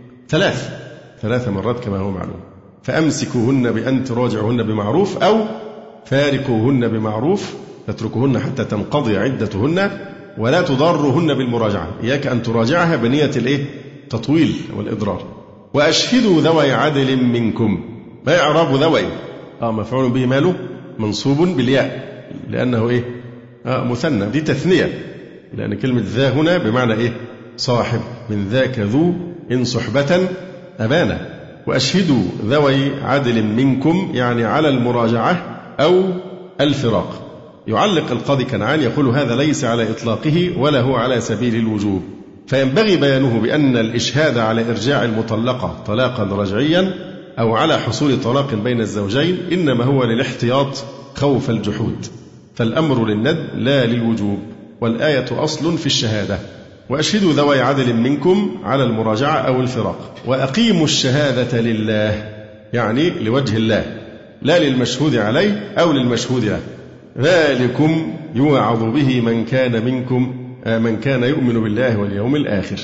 ثلاث مرات كما هو معلوم. فأمسكوهن بأن تراجعوهن بمعروف أو فارقوهن بمعروف، تتركوهن حتى تنقضي عدتهن ولا تضارهن بالمراجعة، إياك أن تراجعها بنية الإيه؟ تطويل والإضرار. وأشهدوا ذوي عدل منكم. ما إعراب ذوي؟ مفعول به ماله منصوب بالياء لأنه إيه؟ مثنى، دي تثنية، لأن كلمة ذا هنا بمعنى إيه؟ صاحب من ذاك ذو إن صحبة أبانا. وأشهدوا ذوي عدل منكم يعني على المراجعة أو الفراق. يعلق القاضي كنعان يقول هذا ليس على إطلاقه ولا هو على سبيل الوجوب، فينبغي بيانه بأن الإشهاد على إرجاع المطلقة طلاقا رجعيا أو على حصول طلاق بين الزوجين إنما هو للاحتياط خوف الجحود، فالأمر للند لا للوجوب، والآية أصل في الشهادة. وأشهدوا ذوي عدل منكم على المراجعة أو الفراق وأقيموا الشهادة لله يعني لوجه الله لا للمشهود عليه أو للمشهود له، ذلكم يوعظ به من كان منكم من كان يؤمن بالله واليوم الآخر.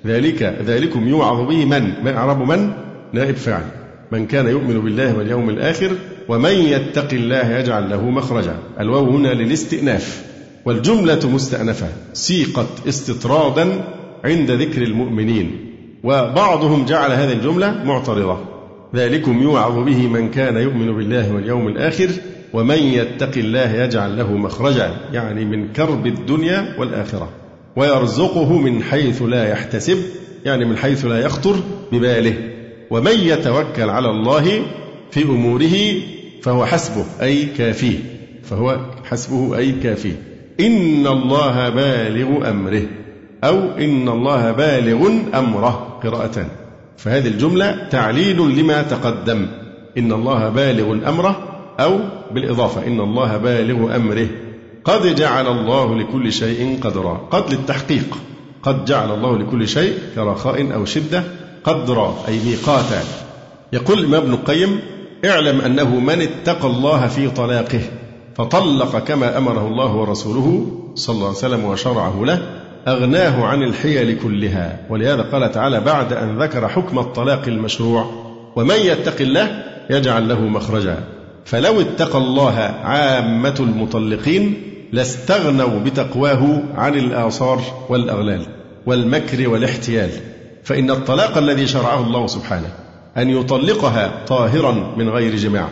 ذلكم يوعظ به من إعراب من نائب فاعل من كان يؤمن بالله واليوم الآخر ومن يتق الله يجعل له مخرجا. الواو هنا للاستئناف والجملة مستأنفة سيقت استطرادا عند ذكر المؤمنين، وبعضهم جعل هذه الجملة معترضة. ذلكم يوعظ به من كان يؤمن بالله واليوم الآخر ومن يتق الله يجعل له مخرجا يعني من كرب الدنيا والآخرة، ويرزقه من حيث لا يحتسب يعني من حيث لا يخطر بباله. ومن يتوكل على الله في أموره فهو حسبه أي كافيه، فهو حسبه أي كافيه. إن الله بالغ أمره أو إن الله بالغ أمره قراءتان، فهذه الجملة تعليل لما تقدم إن الله بالغ أمره أو بالإضافة إن الله بالغ أمره. قد جعل الله لكل شيء قدرا، قد للتحقيق، قد جعل الله لكل شيء كرخاء أو شدة قدرا أي ميقاتا. يقول الإمام ابن القيم اعلم أنه من اتقى الله في طلاقه فطلق كما أمره الله ورسوله صلى الله عليه وسلم وشرعه له أغناه عن الحيل كلها. ولهذا قال تعالى بعد أن ذكر حكم الطلاق المشروع ومن يتق الله يجعل له مخرجا. فلو اتقى الله عامة المطلقين لاستغنوا بتقواه عن الآثار والأغلال والمكر والاحتيال، فإن الطلاق الذي شرعه الله سبحانه أن يطلقها طاهرا من غير جماع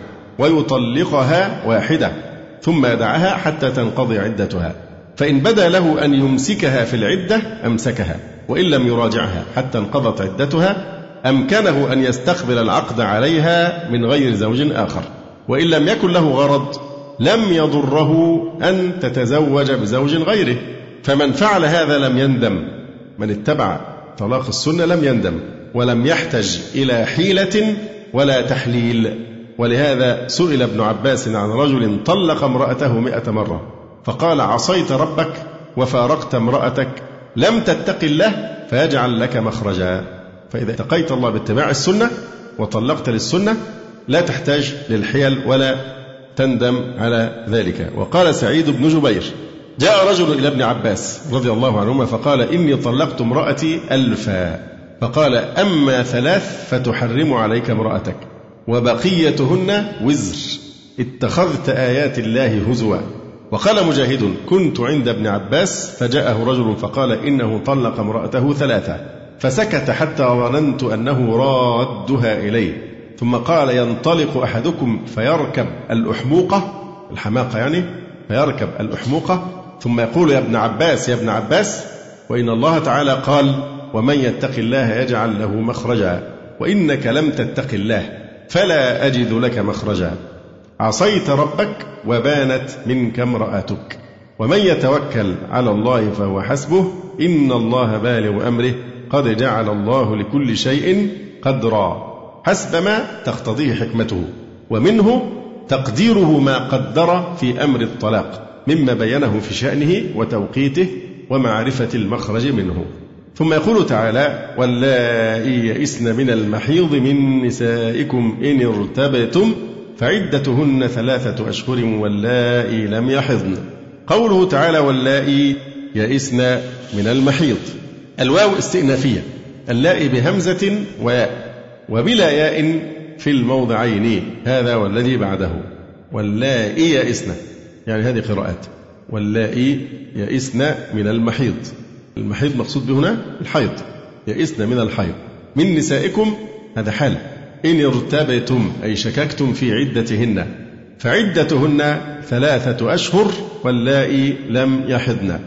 ويطلقها واحدة ثم يدعها حتى تنقضي عدتها، فإن بدا له أن يمسكها في العدة أمسكها، وإن لم يراجعها حتى انقضت عدتها أمكنه أن يستقبل العقد عليها من غير زوج آخر، وإن لم يكن له غرض لم يضره أن تتزوج بزوج غيره. فمن فعل هذا لم يندم، من اتبع طلاق السنة لم يندم ولم يحتج إلى حيلة ولا تحليل. ولهذا سئل ابن عباس عن رجل طلق امرأته 100 مرة فقال عصيت ربك وفارقت امرأتك لم تتق الله فيجعل لك مخرجا. فإذا اتقيت الله باتباع السنة وطلقت للسنة لا تحتاج للحيل ولا تندم على ذلك. وقال سعيد بن جبير جاء رجل إلى ابن عباس رضي الله عنهما فقال إني طلقت امرأتي 1000، فقال أما 3 فتحرم عليك امرأتك وبقيتهن وزر اتخذت آيات الله هزوا. وقال مجاهد كنت عند ابن عباس فجاءه رجل فقال إنه طلق امرأته 3 فسكت حتى ظننت أنه رادها إليه، ثم قال ينطلق أحدكم فيركب الأحموقة، الحماقة يعني، فيركب الأحموقة ثم يقول يا ابن عباس يا ابن عباس، وإن الله تعالى قال ومن يتق الله يجعل له مخرجا وإنك لم تتق الله فلا أجد لك مخرجا. عصيت ربك وبانت منك امرأتك ومن يتوكل على الله فهو حسبه إن الله بالغ أمره قد جعل الله لكل شيء قدرا، حسب ما تقتضيه حكمته، ومنه تقديره ما قدر في أمر الطلاق مما بينه في شأنه وتوقيته ومعرفة المخرج منه. ثم يقول تعالى واللائي يئسن من المحيض من نسائكم إن ارتبتم فعدتهن 3 أشهر واللائي لم يحضن. قوله تعالى واللائي يئسن من المحيض، الواو استئنافية، اللائي بهمزة وياء وبلا ياء في الموضعين، هذا والذي بعده. واللائي يئسن يعني هذه قراءات، واللائي يئسن من المحيض، المحيض مقصود به هنا الحيض، يئسن من الحيض من نسائكم هذا حال، إن ارتبتم أي شككتم في عدتهن فعدتهن 3 أشهر واللائي لم يحضن.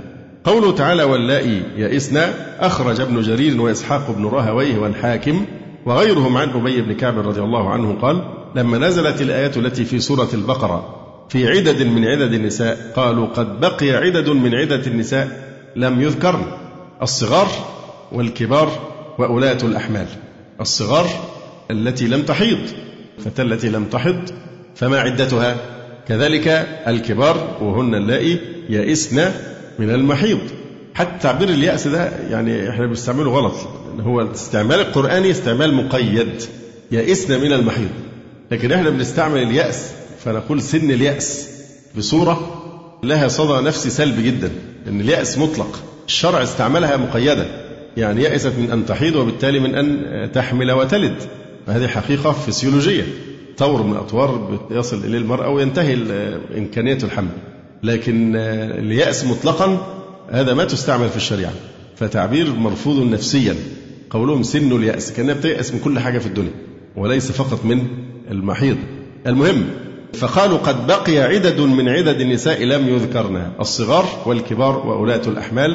قوله تعالى واللائي يئسن أخرج ابن جرير وإسحاق بن راهويه والحاكم وغيرهم عن أبي بن كعب رضي الله عنه قال لما نزلت الآيات التي في سورة البقرة في عدد من عدد النساء قالوا قد بقي عدد من عدد النساء لم يذكرن الصغار والكبار وأولاة الأحمال. الصغار التي لم تحيض، فتى التي لم تحض فما عدتها، كذلك الكبار وهن اللائي يئسن من المحيض. حتى تعبير اليأس ده يعني احنا بنستعمله غلط، هو الاستعمال القرآني استعمال مقيد، يئسن من المحيض، لكن احنا بنستعمل اليأس فنقول سن اليأس بصورة لها صدى نفسي سلبي جدا، ان اليأس مطلق، الشرع استعملها مقيدة، يعني يأست من أن تحيض وبالتالي من أن تحمل وتلد، فهذه حقيقة فسيولوجية، طور من الأطوار يصل إليه المرأة وينتهي إمكانية الحمل. لكن اليأس مطلقا هذا ما تستعمل في الشريعة، فتعبير مرفوض نفسيا. قولهم سن اليأس كأنها بتيأس من كل حاجة في الدنيا وليس فقط من المحيض. المهم فقالوا قد بقي عدد من عدد النساء لم يذكرنا الصغار والكبار وأولاة الأحمال،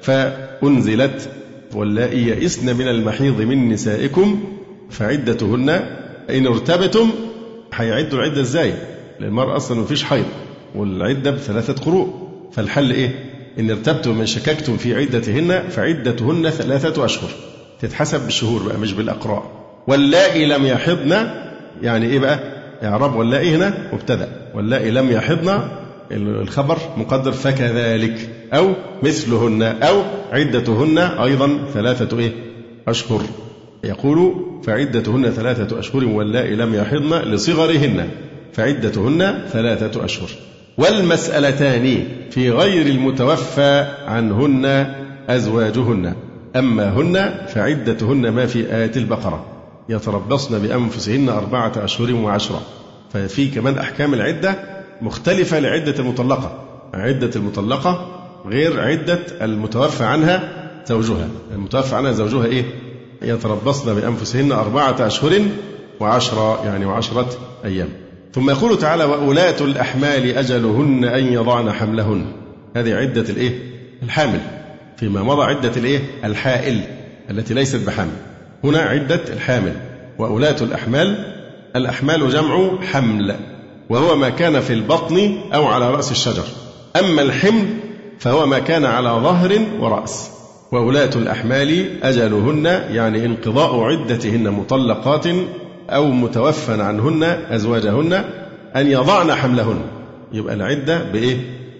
فأنزلت واللائي يئسن من المحيض من نسائكم فعدتهن إن ارتبتم. هيعدوا العدة ازاي؟ للمرأة أصلا مفيش حيض والعدة ب3 قروء، فالحل إيه؟ إن ارتبتم من شككتم في عدتهن فعدتهن 3 أشهر، تتحسب بالشهور بقى مش بالأقراء. واللائي لم يحضن يعني إيه بقى؟ إعراب واللائي هنا مبتدأ، واللائي لم يحضن الخبر مقدر فكذلك أو مثلهن أو عدتهن أيضا 3 أشهر. يقول فعدتهن 3 أشهر واللائي لم يحضن لصغرهن فعدتهن 3 أشهر. والمسألتان في غير المتوفى عنهن أزواجهن، أما هن فعدتهن ما في آية البقرة يتربصن بأنفسهن 4 أشهر و10. ففي كمان أحكام العدة مختلفة لعدة المطلقة، عدة المطلقة غير عدة المتوفى عنها زوجها. المتوفى عنها زوجها إيه؟ يتربصن بأنفسهن 4 أشهر و10 يعني 10 أيام. ثم يقول تعالى وأولاة الأحمال أجلهن أن يضعن حملهن. هذه عدة الحامل، فيما مضى عدة الحائل التي ليست بحامل، هنا عدة الحامل. وأولاة الأحمال جمع حمل، وهو ما كان في البطن أو على رأس الشجر، أما الحمل فهو ما كان على ظهر ورأس. وأولاة الأحمال أجلهن يعني انقضاء عدتهن مطلقات أو متوفى عنهن أزواجهن أن يضعن حملهن. يبقى العدة بإيه؟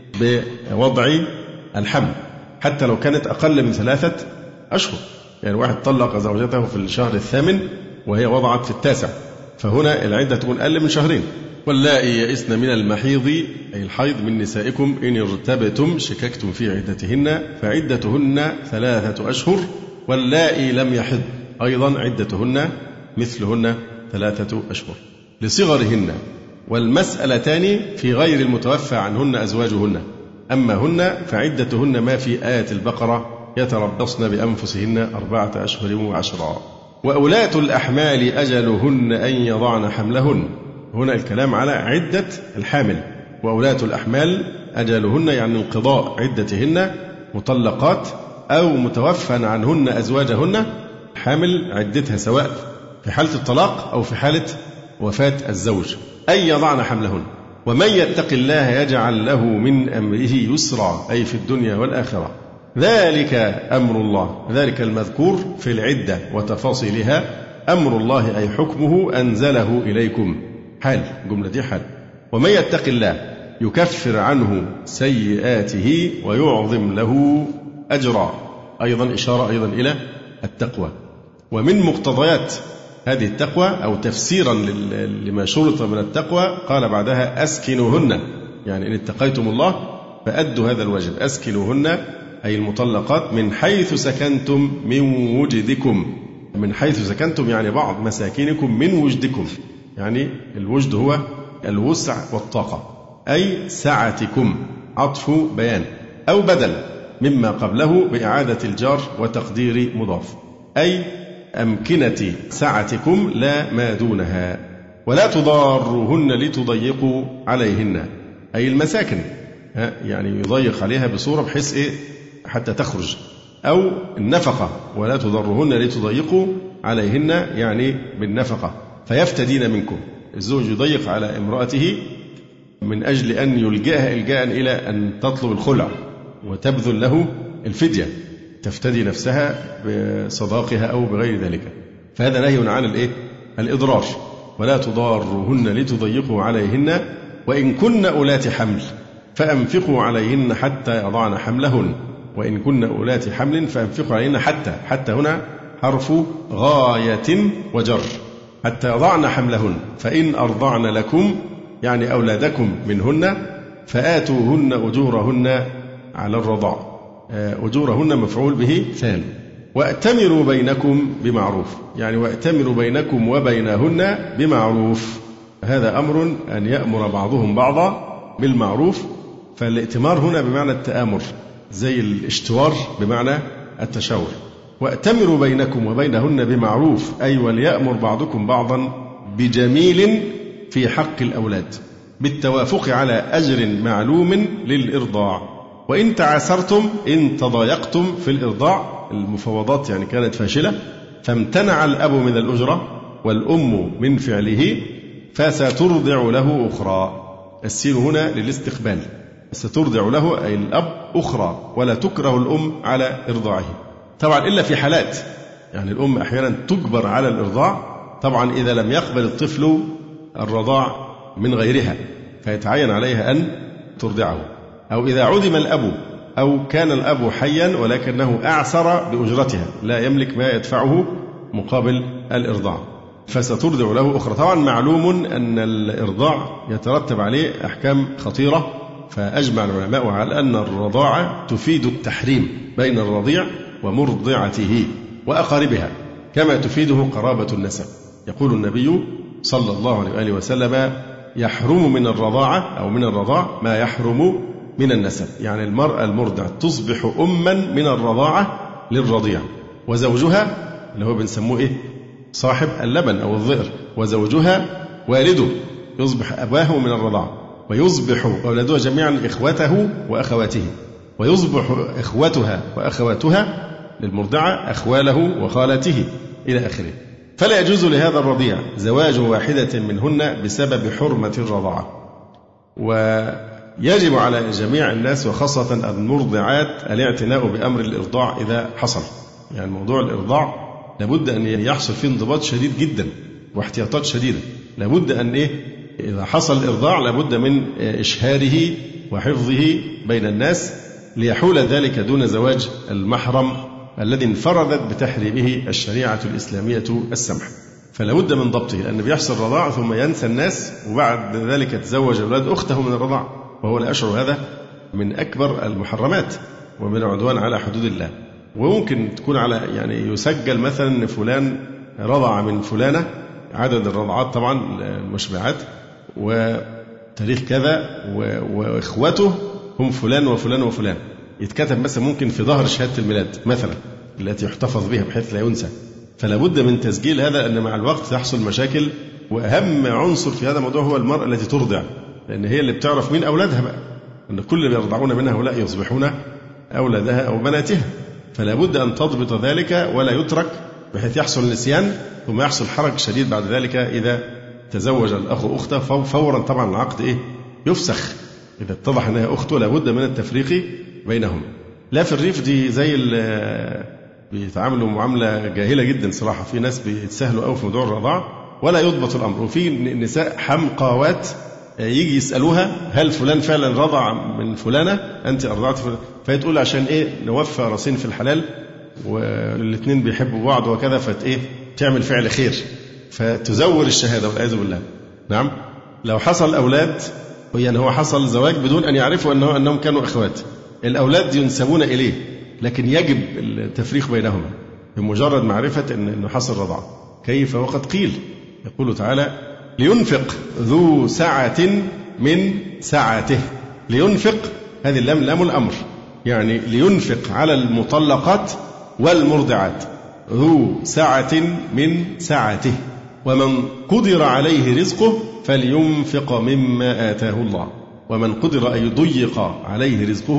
بوضع الحمل، حتى لو كانت أقل من 3 أشهر. يعني واحد طلق زوجته في الشهر 8 وهي وضعت في 9، فهنا العدة تكون أقل من 2 شهر. واللائي يئسن من المحيض أي الحيض من نسائكم إن ارتبتم شككتم في عدتهن فعدتهن 3 أشهر. واللائي لم يحض أيضا عدتهن مثلهن 3 أشهر لصغرهن. والمسألتان في غير المتوفى عنهن أزواجهن، أما هن فعدتهن ما في آية البقرة يتربصن بأنفسهن 4 أشهر و10. وأولاة الأحمال أجلهن أن يضعن حملهن. هنا الكلام على عدة الحامل. وأولاة الأحمال أجلهن يعني انقضاء عدتهن مطلقات أو متوفى عنهن أزواجهن. حامل عدتها سواء في حالة الطلاق أو في حالة وفاة الزوج، أن يضعن حملهن. ومن يتق الله يجعل له من أمره يسرا أي في الدنيا والآخرة. ذلك أمر الله، ذلك المذكور في العدة وتفاصيلها أمر الله أي حكمه أنزله إليكم. حال جملة دي حال. ومن يتق الله يكفر عنه سيئاته ويعظم له أجرا، أيضا إشارة أيضا إلى التقوى. ومن مقتضيات هذه التقوى أو تفسيرا لما شرط من التقوى قال بعدها أسكنوهن، يعني إن اتقيتم الله فأدوا هذا الواجب. أسكنوهن أي المطلقات من حيث سكنتم من وجدكم. من حيث سكنتم يعني بعض مساكنكم من وجدكم، يعني الوجد هو الوسع والطاقة، أي سعتكم، عطف بيان أو بدل مما قبله بإعادة الجار وتقدير مضاف، أي أمكنة سعتكم لا ما دونها. ولا تضاروهن لتضيقوا عليهن أي المساكن، يعني يضيق عليها بصورة بحيث حتى تخرج، أو النفقة ولا تضرهن لتضيقوا عليهن يعني بالنفقة فيفتدين منكم. الزوج يضيق على امرأته من أجل أن يلجأها إلجاء إلى أن تطلب الخلع وتبذل له الفدية، تفتدي نفسها بصداقها أو بغير ذلك، فهذا نهي عن الإضرار. ولا تضارهن لتضيقوا عليهن وإن كن أولات حمل فأنفقوا عليهن حتى يضعن حملهن. وإن كن أولات حمل فأنفقوا عليهن حتى هنا حرف غاية وجر، حتى يضعن حملهن. فإن أرضعن لكم يعني أولادكم منهن فآتوهن أجورهن على الرضاع. أجورهن مفعول به ثاني. وأتمروا بينكم بمعروف، يعني وأتمروا بينكم وبينهن بمعروف. هذا أمر أن يأمر بعضهم بعضا بالمعروف، فالائتمار هنا بمعنى التآمر زي الاشتوار بمعنى التشاور. وأتمروا بينكم وبينهن بمعروف أي وليأمر بعضكم بعضا بجميل في حق الأولاد بالتوافق على أجر معلوم للإرضاع. وإن تعاسرتم إن تضايقتم في الإرضاع، المفاوضات يعني كانت فاشلة، فامتنع الأب من الأجرة والأم من فعله فسترضع له أخرى. السين هنا للاستقبال، سترضع له أي الأب أخرى، ولا تكره الأم على إرضاعه طبعا إلا في حالات، يعني الأم أحيانا تجبر على الإرضاع طبعا إذا لم يقبل الطفل الرضاع من غيرها فيتعين عليها أن ترضعه، أو إذا عدم الأب أو كان الأب حيا ولكنه أعسر بأجرتها لا يملك ما يدفعه مقابل الإرضاع فسترضع له أخرى. طبعا معلوم أن الإرضاع يترتب عليه أحكام خطيرة، فأجمع العلماء على أن الرضاعة تفيد التحريم بين الرضيع ومرضعته وأقاربها كما تفيده قرابة النسب. يقول النبي صلى الله عليه وآله وسلم يحرم من الرضاعة أو من الرضاع ما يحرم من النسب، يعني المرأة المرضع تصبح أما من الرضاعة للرضيع، وزوجها اللي هو بنسموه صاحب اللبن أو الظئر، وزوجها والده يصبح أباه من الرضاعة، ويصبح أولادها جميعا إخوته وأخواته، ويصبح إخوتها وأخواتها للمرضعة أخواله وخالاته إلى آخره. فلا يجوز لهذا الرضيع زواج واحدة منهن بسبب حرمة الرضاعة. ويجب على جميع الناس وخاصة المرضعات الاعتناء بأمر الإرضاع إذا حصل، يعني موضوع الإرضاع لابد أن يحصل فيه انضباط شديد جدا واحتياطات شديدة. لابد أن إذا حصل الإرضاع لابد من إشهاره وحفظه بين الناس ليحول ذلك دون زواج المحرم الذي انفردت بتحريمه الشريعة الإسلامية السمحة. فلا بد من ضبطه، لأن بيحصل رضاع ثم ينسى الناس وبعد ذلك تزوج أولاد أخته من الرضاع، وهو لا يشعر هذا من أكبر المحرمات ومن العدوان على حدود الله. وممكن تكون على يعني يسجل مثلا أن فلان رضع من فلانة، عدد الرضعات طبعا المشبعات وتاريخ كذا وإخوته هم فلان وفلان وفلان، يتكتب مثلا ممكن في ظهر شهادة الميلاد مثلا التي يحتفظ بها بحيث لا ينسى. فلا بد من تسجيل هذا، أن مع الوقت تحصل مشاكل. وأهم عنصر في هذا الموضوع هو المرأة التي ترضع، لأن هي اللي بتعرف مين أولادها بقى، أن كل اللي يرضعون منها هؤلاء يصبحون أولادها أو بناتها. فلا بد أن تضبط ذلك ولا يترك بحيث يحصل نسيان ثم يحصل حرج شديد بعد ذلك إذا تزوج الأخ أخته فورا طبعا العقد يفسخ إذا اتضح أنها أخته. لا بد من التفريق بينهم. لا في الريف دي زي بيتعاملوا معاملة جاهلة جدا صراحة، في ناس بيتسهلوا أو في موضوع الرضاعة ولا يضبط الأمر، وفي نساء حمقاوات يجي يسألوها هل فلان فعلا رضع من فلانة أنت أرضعت فلان، فيتقول عشان نوفى راسين في الحلال والاثنين بيحبوا بعض وكذا تعمل فعل خير فتزور الشهادة والعياذ بالله. نعم، لو حصل أولاد يعني هو حصل زواج بدون أن يعرفوا أنهم كانوا أخوات، الأولاد ينسبون إليه لكن يجب التفريق بينهما بمجرد معرفة أنه حصل رضاعة. كيف وقد قيل، يقول تعالى لينفق ذو سعة من سعته. لينفق هذه اللام لام الأمر، يعني لينفق على المطلقات والمرضعات ذو سعة من سعته، ومن قدر عليه رزقه فلينفق مما آتاه الله، ومن قدر أن يضيق عليه رزقه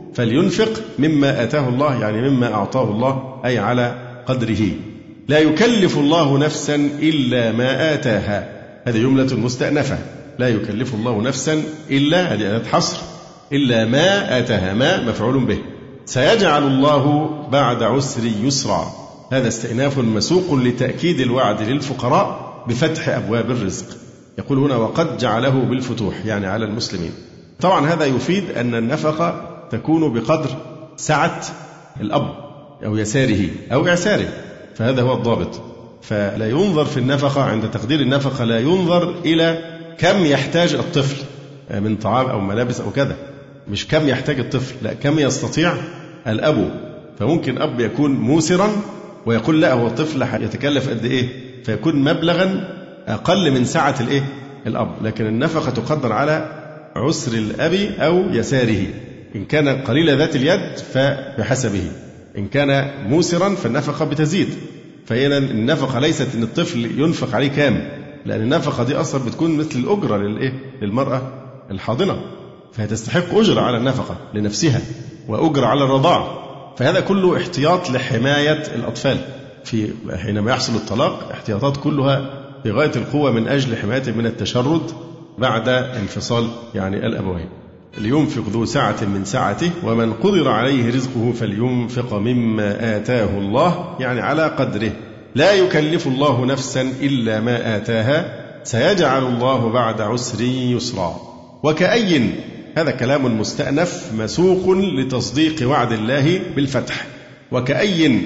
فلينفق مما آتاه الله، يعني مما أعطاه الله، أي على قدره. لا يكلف الله نفسا إلا ما آتاها، هذه جملة مستأنفة. لا يكلف الله نفسا إلا، هذه أداة حصر، إلا ما آتاها، ما مفعول به. سيجعل الله بعد عسر يسرا، هذا استئناف مسوق لتأكيد الوعد للفقراء بفتح أبواب الرزق. يقول هنا وقد جعله بالفتوح، يعني على المسلمين. طبعا هذا يفيد أن النفقة تكون بقدر سعة الأب أو يساره أو إعساره، فهذا هو الضابط. فلا ينظر في النفقة، عند تقدير النفقة لا ينظر إلى كم يحتاج الطفل من طعام أو ملابس أو كذا، مش كم يحتاج الطفل، لا كم يستطيع الأب. فممكن أب يكون موسرا ويقول لا هو الطفل يتكلف قد إيه، فيكون مبلغا أقل من سعة الإيه الأب. لكن النفقة تقدر على عسر الأب أو يساره، إن كان قليل ذات اليد فبحسبه، إن كان موسرا فالنفقة بتزيد. فهنا النفقة ليست أن الطفل ينفق عليه كام، لأن النفقة دي أصلا بتكون مثل الأجرة للمرأة الحاضنة، فهي تستحق أجرة على النفقة لنفسها وأجرة على الرضاعة. فهذا كله احتياط لحماية الأطفال في حينما يحصل الطلاق، احتياطات كلها في غاية القوة من أجل حمايته من التشرد بعد انفصال يعني الأبوين. لينفق ذو سعة من سعته ومن قدر عليه رزقه فلينفق مما آتاه الله، يعني على قدره. لا يكلف الله نفسا إلا ما آتاها سيجعل الله بعد عسر يسرا. وكأي، هذا كلام مستأنف مسوق لتصديق وعد الله بالفتح. وكأي،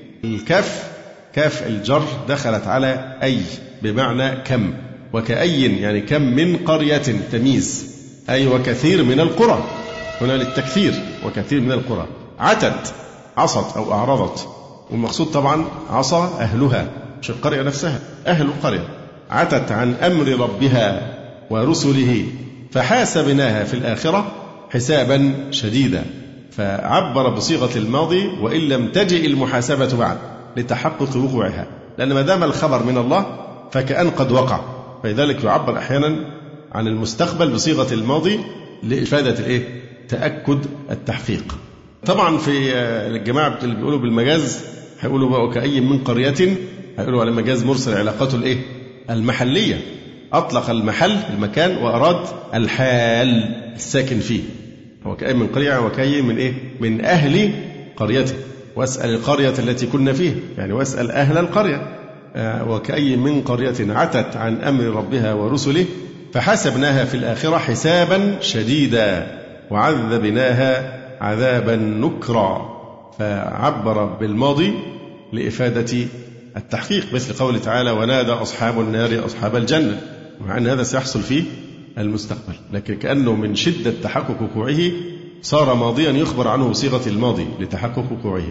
الكاف كاف الجر دخلت على أي بمعنى كم، وكأي يعني كم من قرية تمييز، أي وكثير من القرى، هنا للتكثير، وكثير من القرى عتت، عصت أو أعرضت، والمقصود طبعا عصى أهلها، مش القرية نفسها، أهل القرية. عتت عن أمر ربها ورسله فحاسبناها في الآخرة حسابا شديدا، فعبر بصيغة الماضي وإن لم تجئ المحاسبة بعد لتحقق وقوعها، لأن ما دام الخبر من الله فكأن قد وقع، فلذلك يعبر أحيانا عن المستقبل بصيغة الماضي لإفادة تأكد التحقيق. طبعا في الجماعة اللي بيقولوا بالمجاز هيقولوا بقى وكأي من قرية، هيقولوا على مجاز مرسل علاقته المحلية، أطلق المحل المكان وأراد الحال الساكن فيه. وكأي من قرية وكأي من من أهل قريته، واسأل القرية التي كنا فيها، يعني واسأل أهل القرية. وكأي من قرية عتت عن أمر ربها ورسله فحسبناها في الآخرة حسابا شديدا وعذبناها عذابا نكرا، فعبر بالماضي لإفادة التحقيق، مثل قوله تعالى ونادى أصحاب النار أصحاب الجنة، مع أن هذا سيحصل في المستقبل، لكن كأنه من شدة تحقق وقوعه صار ماضيا يخبر عنه بصيغة الماضي لتحقق وقوعه.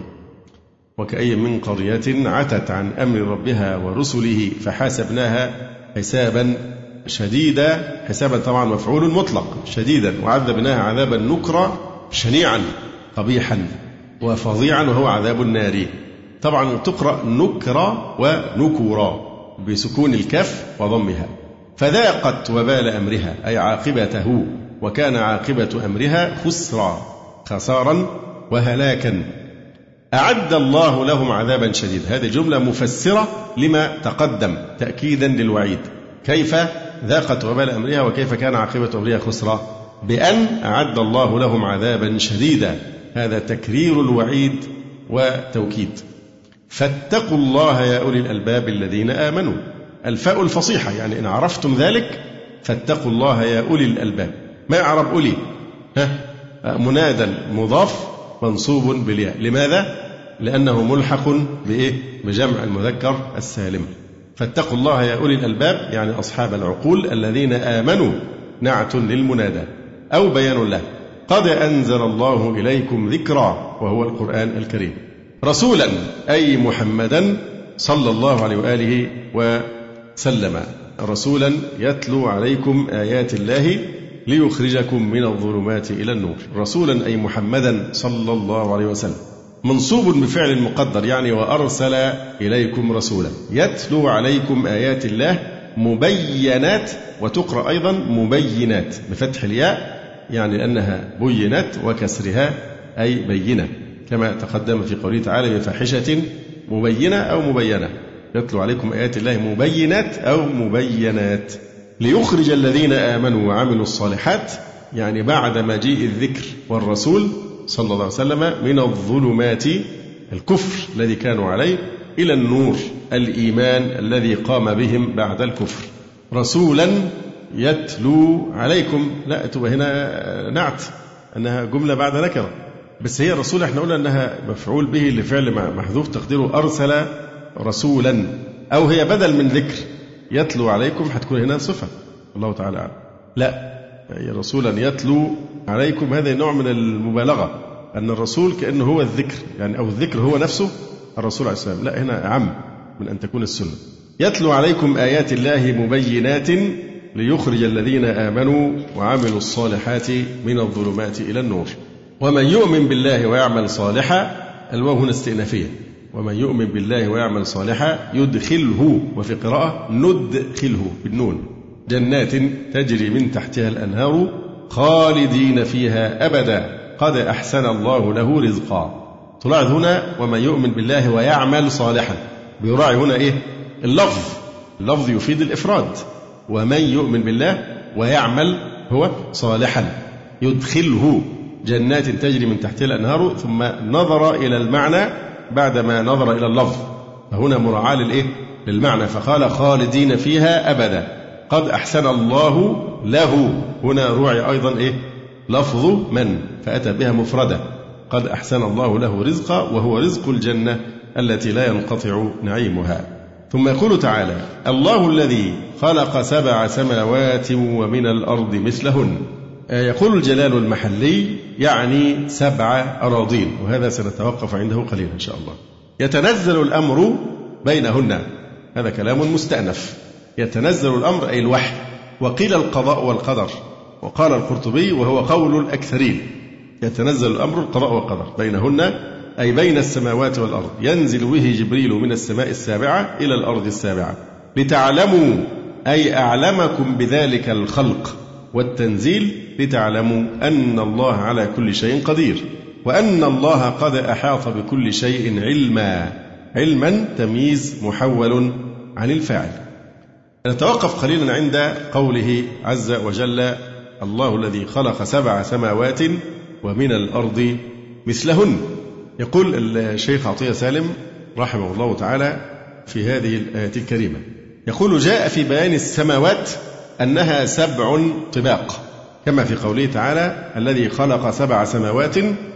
وكأي من قرية عتت عن أمر ربها ورسله فحاسبناها حسابا شديدا، حسابا طبعا مفعول مطلق، شديدا، وعذبناها عذابا نكرا شنيعا قبيحا وفظيعا وهو عذاب النار. طبعا تقرأ نكرا ونكورا بسكون الكاف وضمها. فذاقت وبال أمرها أي عاقبته، وكان عاقبة أمرها خسرا، خسارا وهلاكا. أعد الله لهم عذابا شديد، هذه جملة مفسرة لما تقدم تأكيدا للوعيد. كيف ذاقت وبال أمرها وكيف كان عاقبة أمرها خسرا؟ بأن أعد الله لهم عذابا شديدا، هذا تكرير الوعيد وتوكيد. فاتقوا الله يا أولي الألباب الذين آمنوا، الفاء الفصيحة، يعني إن عرفتم ذلك فاتقوا الله يا أولي الألباب. ما يعرب أولي؟ منادى مضاف منصوب بالياء، لماذا؟ لأنه ملحق بجمع المذكر السالم. فاتقوا الله يا أولي الألباب يعني أصحاب العقول الذين آمنوا، نعت للمنادى أو بيان له. قد أنزل الله إليكم ذكرا وهو القرآن الكريم. رسولا أي محمدا صلى الله عليه وآله وسلم، رسولا يتلو عليكم آيات الله ليخرجكم من الظلمات إلى النور. رسولا أي محمدا صلى الله عليه وسلم، منصوب بفعل مقدر، يعني وأرسل إليكم رسولا يتلو عليكم آيات الله مبينات، وتقرأ أيضا مبينات بفتح الياء، يعني أنها بينت وكسرها أي بينة، كما تقدم في قوله تعالى بفاحشة مبينة أو مبينة، يتلو عليكم آيات الله مبينات أو مبينات ليخرج الذين آمنوا وعملوا الصالحات، يعني بعد مجيء الذكر والرسول صلى الله عليه وسلم من الظلمات الكفر الذي كانوا عليه إلى النور الإيمان الذي قام بهم بعد الكفر. رسولا يتلو عليكم، لا تبقى هنا نعت أنها جملة بعد نكرة، بس هي الرسول احنا قلنا أنها مفعول به لفعل محذوف تقديره أرسل رسولا، أو هي بدل من ذكر يتلو عليكم هتكون هنا صفة، الله تعالى أعلم. لا، هي رسولا يتلو عليكم، هذا نوع من المبالغة، أن الرسول كأنه هو الذكر، يعني أو الذكر هو نفسه الرسول عليه السلام، لا هنا أعم من أن تكون السنة. يتلو عليكم آيات الله مبينات ليخرج الذين آمنوا وعملوا الصالحات من الظلمات إلى النور. ومن يؤمن بالله ويعمل صالحا، الواو هنا استئنافية، ومن يؤمن بالله ويعمل صالحا يدخله، وفي قراءة ندخله بالنون، جنات تجري من تحتها الأنهار خالدين فيها أبدا قد أحسن الله له رزقا. تلاحظ هنا ومن يؤمن بالله ويعمل صالحا، بيراعي هنا إيه؟ اللفظ يفيد الإفراد، ومن يؤمن بالله ويعمل هو صالحا يدخله جنات تجري من تحتها الأنهار، ثم نظر إلى المعنى بعدما نظر إلى اللفظ، فهنا مراعاة للمعنى، فقال خالدين فيها أبدا قد أحسن الله له، هنا روعي أيضا إيه؟ لفظ من، فأتى بها مفردة، قد أحسن الله له رزقا، وهو رزق الجنة التي لا ينقطع نعيمها. ثم يقول تعالى الله الذي خلق 7 سماوات ومن الأرض مثلهن. يقول الجلال المحلي يعني 7 أراضين، وهذا سنتوقف عنده قليلا إن شاء الله. يتنزل الأمر بينهن، هذا كلام مستأنف، يتنزل الأمر أي الوحي، وقيل القضاء والقدر، وقال القرطبي وهو قول الأكثرين، يتنزل الأمر القضاء والقدر بينهن أي بين السماوات والأرض، ينزل به جبريل من السماء السابعة إلى الأرض السابعة لتعلموا، أي أعلمكم بذلك الخلق والتنزيل، لتعلموا أن الله على كل شيء قدير، وأن الله قد أحاط بكل شيء علما تمييز محول عن الفاعل. نتوقف قليلا عند قوله عز وجل الله الذي خلق 7 سماوات ومن الأرض مثلهن. يقول الشيخ عطية سالم رحمه الله تعالى في هذه الآية الكريمة، يقول جاء في بيان السماوات أنها 7 طباق، كما في قوله تعالى الذي خلق 7 سماوات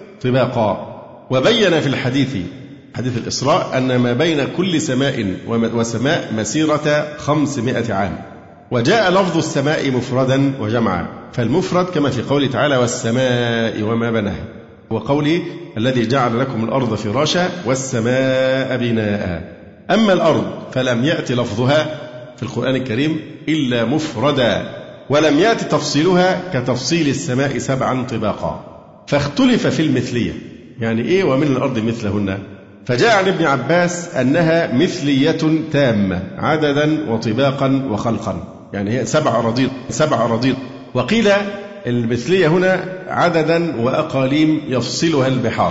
طباقا، وبين في حديث الإسراء أن ما بين كل سماء وسماء مسيرة 500 عام، وجاء لفظ السماء مفردا وجمعا، فالمفرد كما في قوله تعالى والسماء وما بناها، وقوله الذي جعل لكم الأرض فراشا والسماء بناء. أما الأرض فلم يأتي لفظها في القرآن الكريم إلا مفردا، ولم يأتي تفصيلها كتفصيل السماء 7 طباقا، فاختلف في المثلية، يعني إيه ومن الأرض مثلهن؟ فجاء عن ابن عباس أنها مثلية تامة عددا وطباقا وخلقا، يعني هي 7 أراضين، وقيل المثلية هنا عددا وأقاليم يفصلها البحار،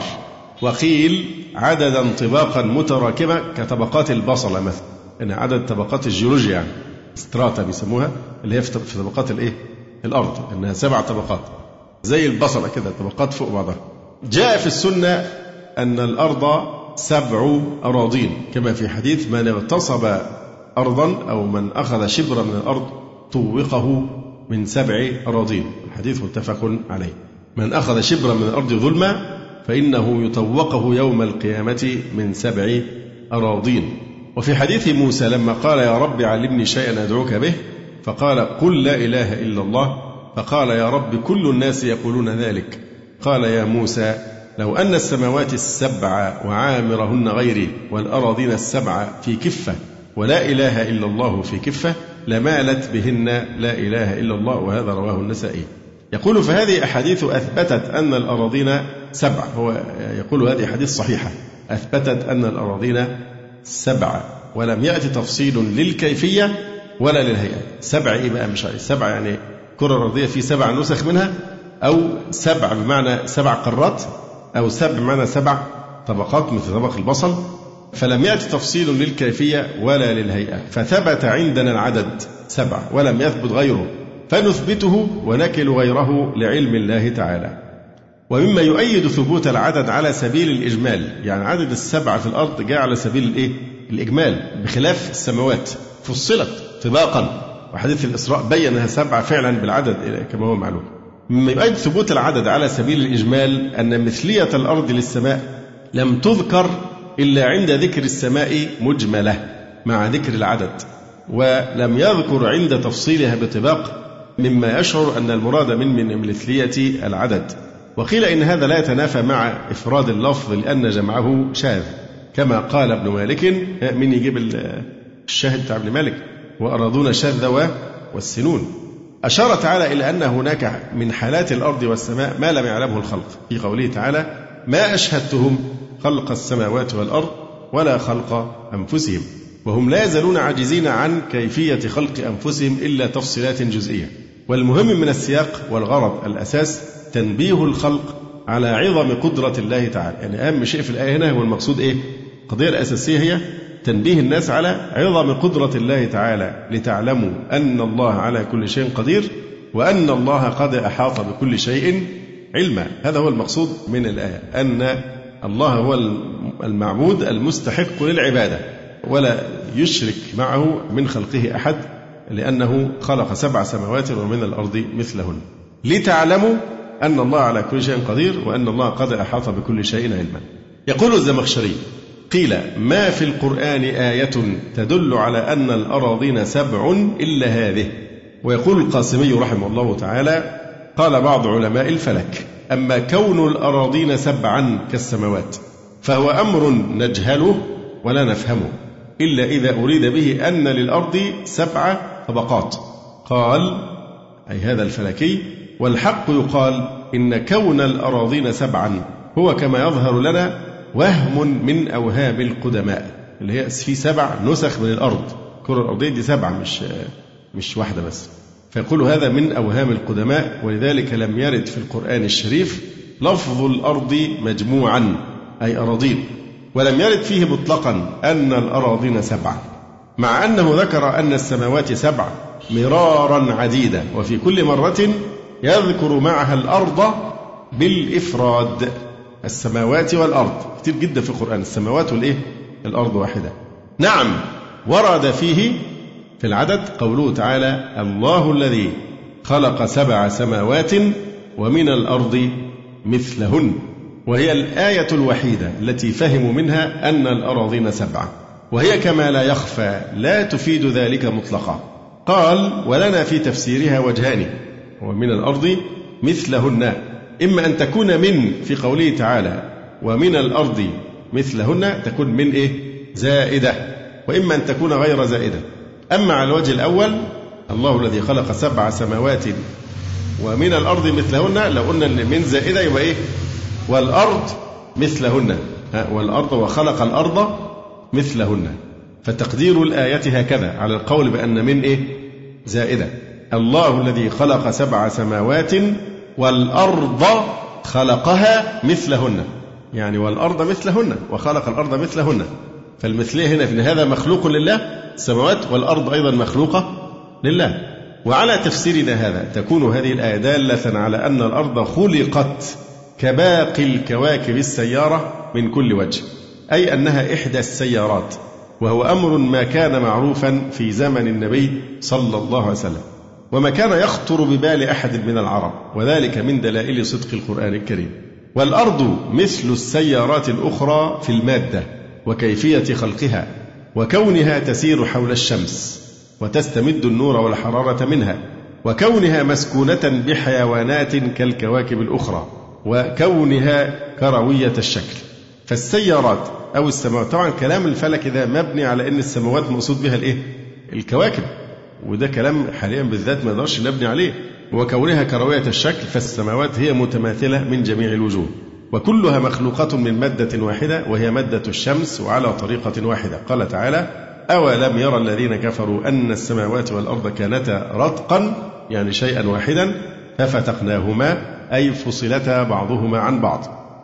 وقيل عددا طباقا متراكمة كطبقات البصلة مثلا، إن عدد طبقات الجيولوجيا يعني ستراتا بيسموها، اللي هي في طبقات الأرض، إنها 7 طبقات زي البصلة كده، طبقات فوق بعضها. جاء في السنة أن الأرض 7 أراضين، كما في حديث من اغتصب أرضا أو من أخذ شبرا من الأرض طوقه من 7 أراضين، الحديث متفق عليه. من أخذ شبرا من الأرض ظلما فإنه يطوقه يوم القيامة من 7 أراضين. وفي حديث موسى لما قال يا رب علمني شيئا أدعوك به، فقال قل لا إله إلا الله، فقال يا رب كل الناس يقولون ذلك، قال يا موسى لو أن السماوات 7 وعامرهن غيري والأراضين 7 في كفة ولا إله إلا الله في كفة لمالت بهن لا إله إلا الله، وهذا رواه النسائي. يقول فهذه أحاديث أثبتت أن الأراضين 7، هو يقول هذه حديث صحيحة أثبتت أن الأراضين 7، ولم يأتي تفصيل للكيفية ولا للهيئة. 7 إيه بقى؟ مش 7 يعني كرة أرضية في 7 نسخ منها، أو 7 بمعنى 7 قارات، أو سبع معنى 7 طبقات مثل طبق البصل، فلم يأتي تفصيل للكيفية ولا للهيئة، فثبت عندنا العدد 7 ولم يثبت غيره، فنثبته ونكل غيره لعلم الله تعالى. ومما يؤيد ثبوت العدد على سبيل الإجمال، يعني عدد 7 في الأرض جاء على سبيل الإجمال، بخلاف السماوات فصلت طباقا، وحديث الإسراء بينها 7 فعلا بالعدد كما هو معلوم. مما يؤيد ثبوت العدد على سبيل الإجمال أن مثلية الأرض للسماء لم تذكر إلا عند ذكر السماء مجملة مع ذكر العدد، ولم يذكر عند تفصيلها بطباق، مما يشعر أن المراد من مثلية العدد. وقيل إن هذا لا يتنافى مع إفراد اللفظ لأن جمعه شاذ، كما قال ابن مالك، من يجيب الشاهد بتاع ابن مالك، وأرادون شاذ والسنون. أشار تعالى إلى أن هناك من حالات الأرض والسماء ما لم يعلمه الخلق، في قوله تعالى: ما أشهدتهم خلق السماوات والأرض ولا خلق أنفسهم، وهم لا يزالون عاجزين عن كيفية خلق أنفسهم إلا تفصيلات جزئية. والمهم من السياق والغرض الأساس تنبيه الخلق على عظم قدرة الله تعالى، يعني أهم شيء في الآية هنا هو المقصود القضية الأساسية هي تنبيه الناس على عظم قدرة الله تعالى، لتعلموا أن الله على كل شيء قدير، وأن الله قد أحاط بكل شيء علما. هذا هو المقصود من الآية، أن الله هو المعبود المستحق للعبادة، ولا يشرك معه من خلقه أحد، لأنه خلق 7 سماوات ومن الأرض مثلهن، لتعلموا أن الله على كل شيء قدير، وأن الله قد أحاط بكل شيء علما. يقول الزمخشري: قيل ما في القرآن آية تدل على أن الأراضين 7 إلا هذه. ويقول القاسمي رحمه الله تعالى: قال بعض علماء الفلك: أما كون الأراضين 7 كالسماوات فهو أمر نجهله ولا نفهمه إلا إذا أريد به أن للأرض 7 طبقات. قال أي هذا الفلكي: والحق يقال إن كون الأراضين 7 هو كما يظهر لنا وهم من أوهام القدماء، اللي هي في 7 نسخ من الأرض، الكرة الأرضية دي 7 مش واحدة بس. فيقول هذا من أوهام القدماء، ولذلك لم يرد في القرآن الشريف لفظ الأرض مجموعا أي أراضين، ولم يرد فيه مطلقا أن الأراضين 7، مع أنه ذكر أن السماوات 7 مرارا عديدة، وفي كل مرة يذكر معها الأرض بالإفراد. السماوات والأرض كتير جدا في القرآن، السماوات الأرض واحدة. نعم ورد فيه في العدد قوله تعالى: الله الذي خلق 7 سماوات ومن الأرض مثلهن، وهي الآية الوحيدة التي فهموا منها أن الأراضين 7، وهي كما لا يخفى لا تفيد ذلك مطلقا. قال: ولنا في تفسيرها وجهان، ومن الأرض مثلهن، إما أن تكون من في قوله تعالى ومن الأرض مثلهن تكون من زائدة، وإما أن تكون غير زائدة. أما على الوجه الأول الله الذي خلق 7 سماوات ومن الأرض مثلهن، لو قلنا أن من زائدة يبقى والأرض مثلهن، والأرض وخلق الأرض مثلهن، فتقدير الآية هكذا على القول بأن من زائدة. الله الذي خلق 7 سماوات والأرض خلقها مثلهن، يعني والأرض مثلهن وخلق الأرض مثلهن، فالمثلية هنا في هذا مخلوق لله، السماوات والأرض أيضا مخلوقة لله. وعلى تفسيرنا هذا تكون هذه الآية دالة على أن الأرض خلقت كباقي الكواكب السيارة من كل وجه، أي أنها إحدى السيارات، وهو أمر ما كان معروفا في زمن النبي صلى الله عليه وسلم، وما كان يخطر ببال أحد من العرب، وذلك من دلائل صدق القرآن الكريم. والأرض مثل السيارات الأخرى في المادة وكيفية خلقها، وكونها تسير حول الشمس وتستمد النور والحرارة منها، وكونها مسكونة بحيوانات كالكواكب الأخرى، وكونها كروية الشكل. فالسيارات أو السماوات، طبعا كلام الفلك ده مبني على أن السماوات مقصود بها الكواكب، وده كلام حاليا بالذات ما نقدرش نبني عليه. وكونها كروية الشكل فالسماوات هي متماثلة من جميع الوجوه، وكلها مخلوقة من مادة واحدة وهي مادة الشمس، وعلى طريقة واحدة. قال تعالى: أولم يرى الذين كفروا أن السماوات والأرض كانتا رتقا، يعني شيئا واحدا، ففتقناهما أي فصلتا بعضهما عن بعض.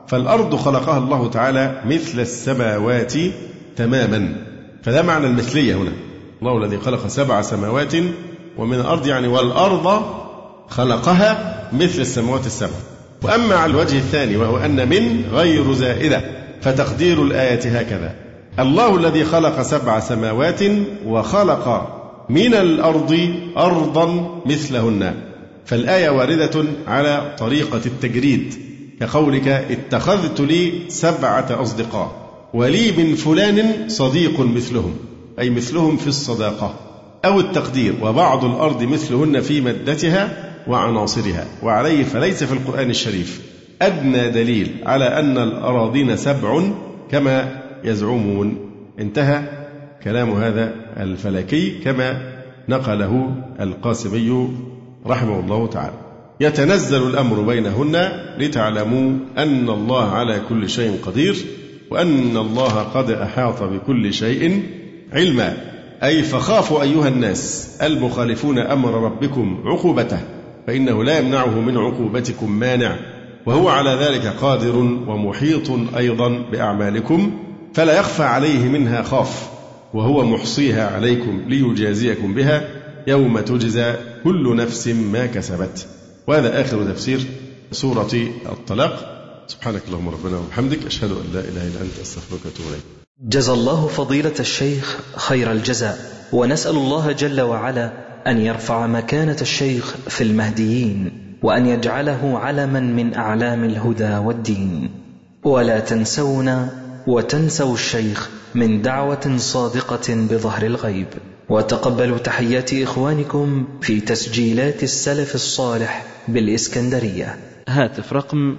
فالأرض خلقها الله تعالى مثل السماوات تماما، فده معنى المثلية هنا. الله الذي خلق 7 سماوات ومن الأرض، يعني والأرض خلقها مثل السماوات ال7. وأما على الوجه الثاني وهو أن من غير زائدة، فتقدير الآية هكذا: الله الذي خلق 7 سماوات وخلق من الأرض أرضا مثلهن. فالآية واردة على طريقة التجريد، كقولك: اتخذت لي 7 أصدقاء، ولي من فلان صديق مثلهم، أي مثلهم في الصداقة. أو التقدير: وبعض الأرض مثلهن في مدتها وعناصرها. وعليه فليس في القرآن الشريف أدنى دليل على أن الأراضين 7 كما يزعمون. انتهى كلام هذا الفلكي كما نقله القاسمي رحمه الله تعالى. يتنزل الأمر بينهن لتعلموا أن الله على كل شيء قدير، وأن الله قد أحاط بكل شيء علما. أي فخافوا أيها الناس المخالفون أمر ربكم عقوبته، فإنه لا يمنعه من عقوبتكم مانع، وهو على ذلك قادر ومحيط أيضا بأعمالكم، فلا يخفى عليه منها خاف، وهو محصيها عليكم ليجازيكم بها يوم تجزى كل نفس ما كسبت. وهذا آخر تفسير سورة الطلاق. سبحانك اللهم ربنا وبحمدك، أشهد أن لا إله إلا أنت، أستغفرك وأتوب إليك. جزى الله فضيلة الشيخ خير الجزاء، ونسأل الله جل وعلا أن يرفع مكانة الشيخ في المهديين، وأن يجعله علما من أعلام الهدى والدين. ولا تنسونا وتنسوا الشيخ من دعوة صادقة بظهر الغيب. وتقبلوا تحيات إخوانكم في تسجيلات السلف الصالح بالإسكندرية. هاتف رقم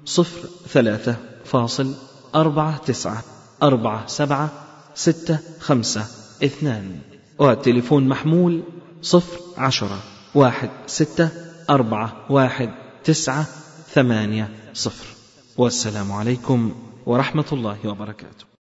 0349476552، والتليفون محمول 01016419800. والسلام عليكم ورحمة الله وبركاته.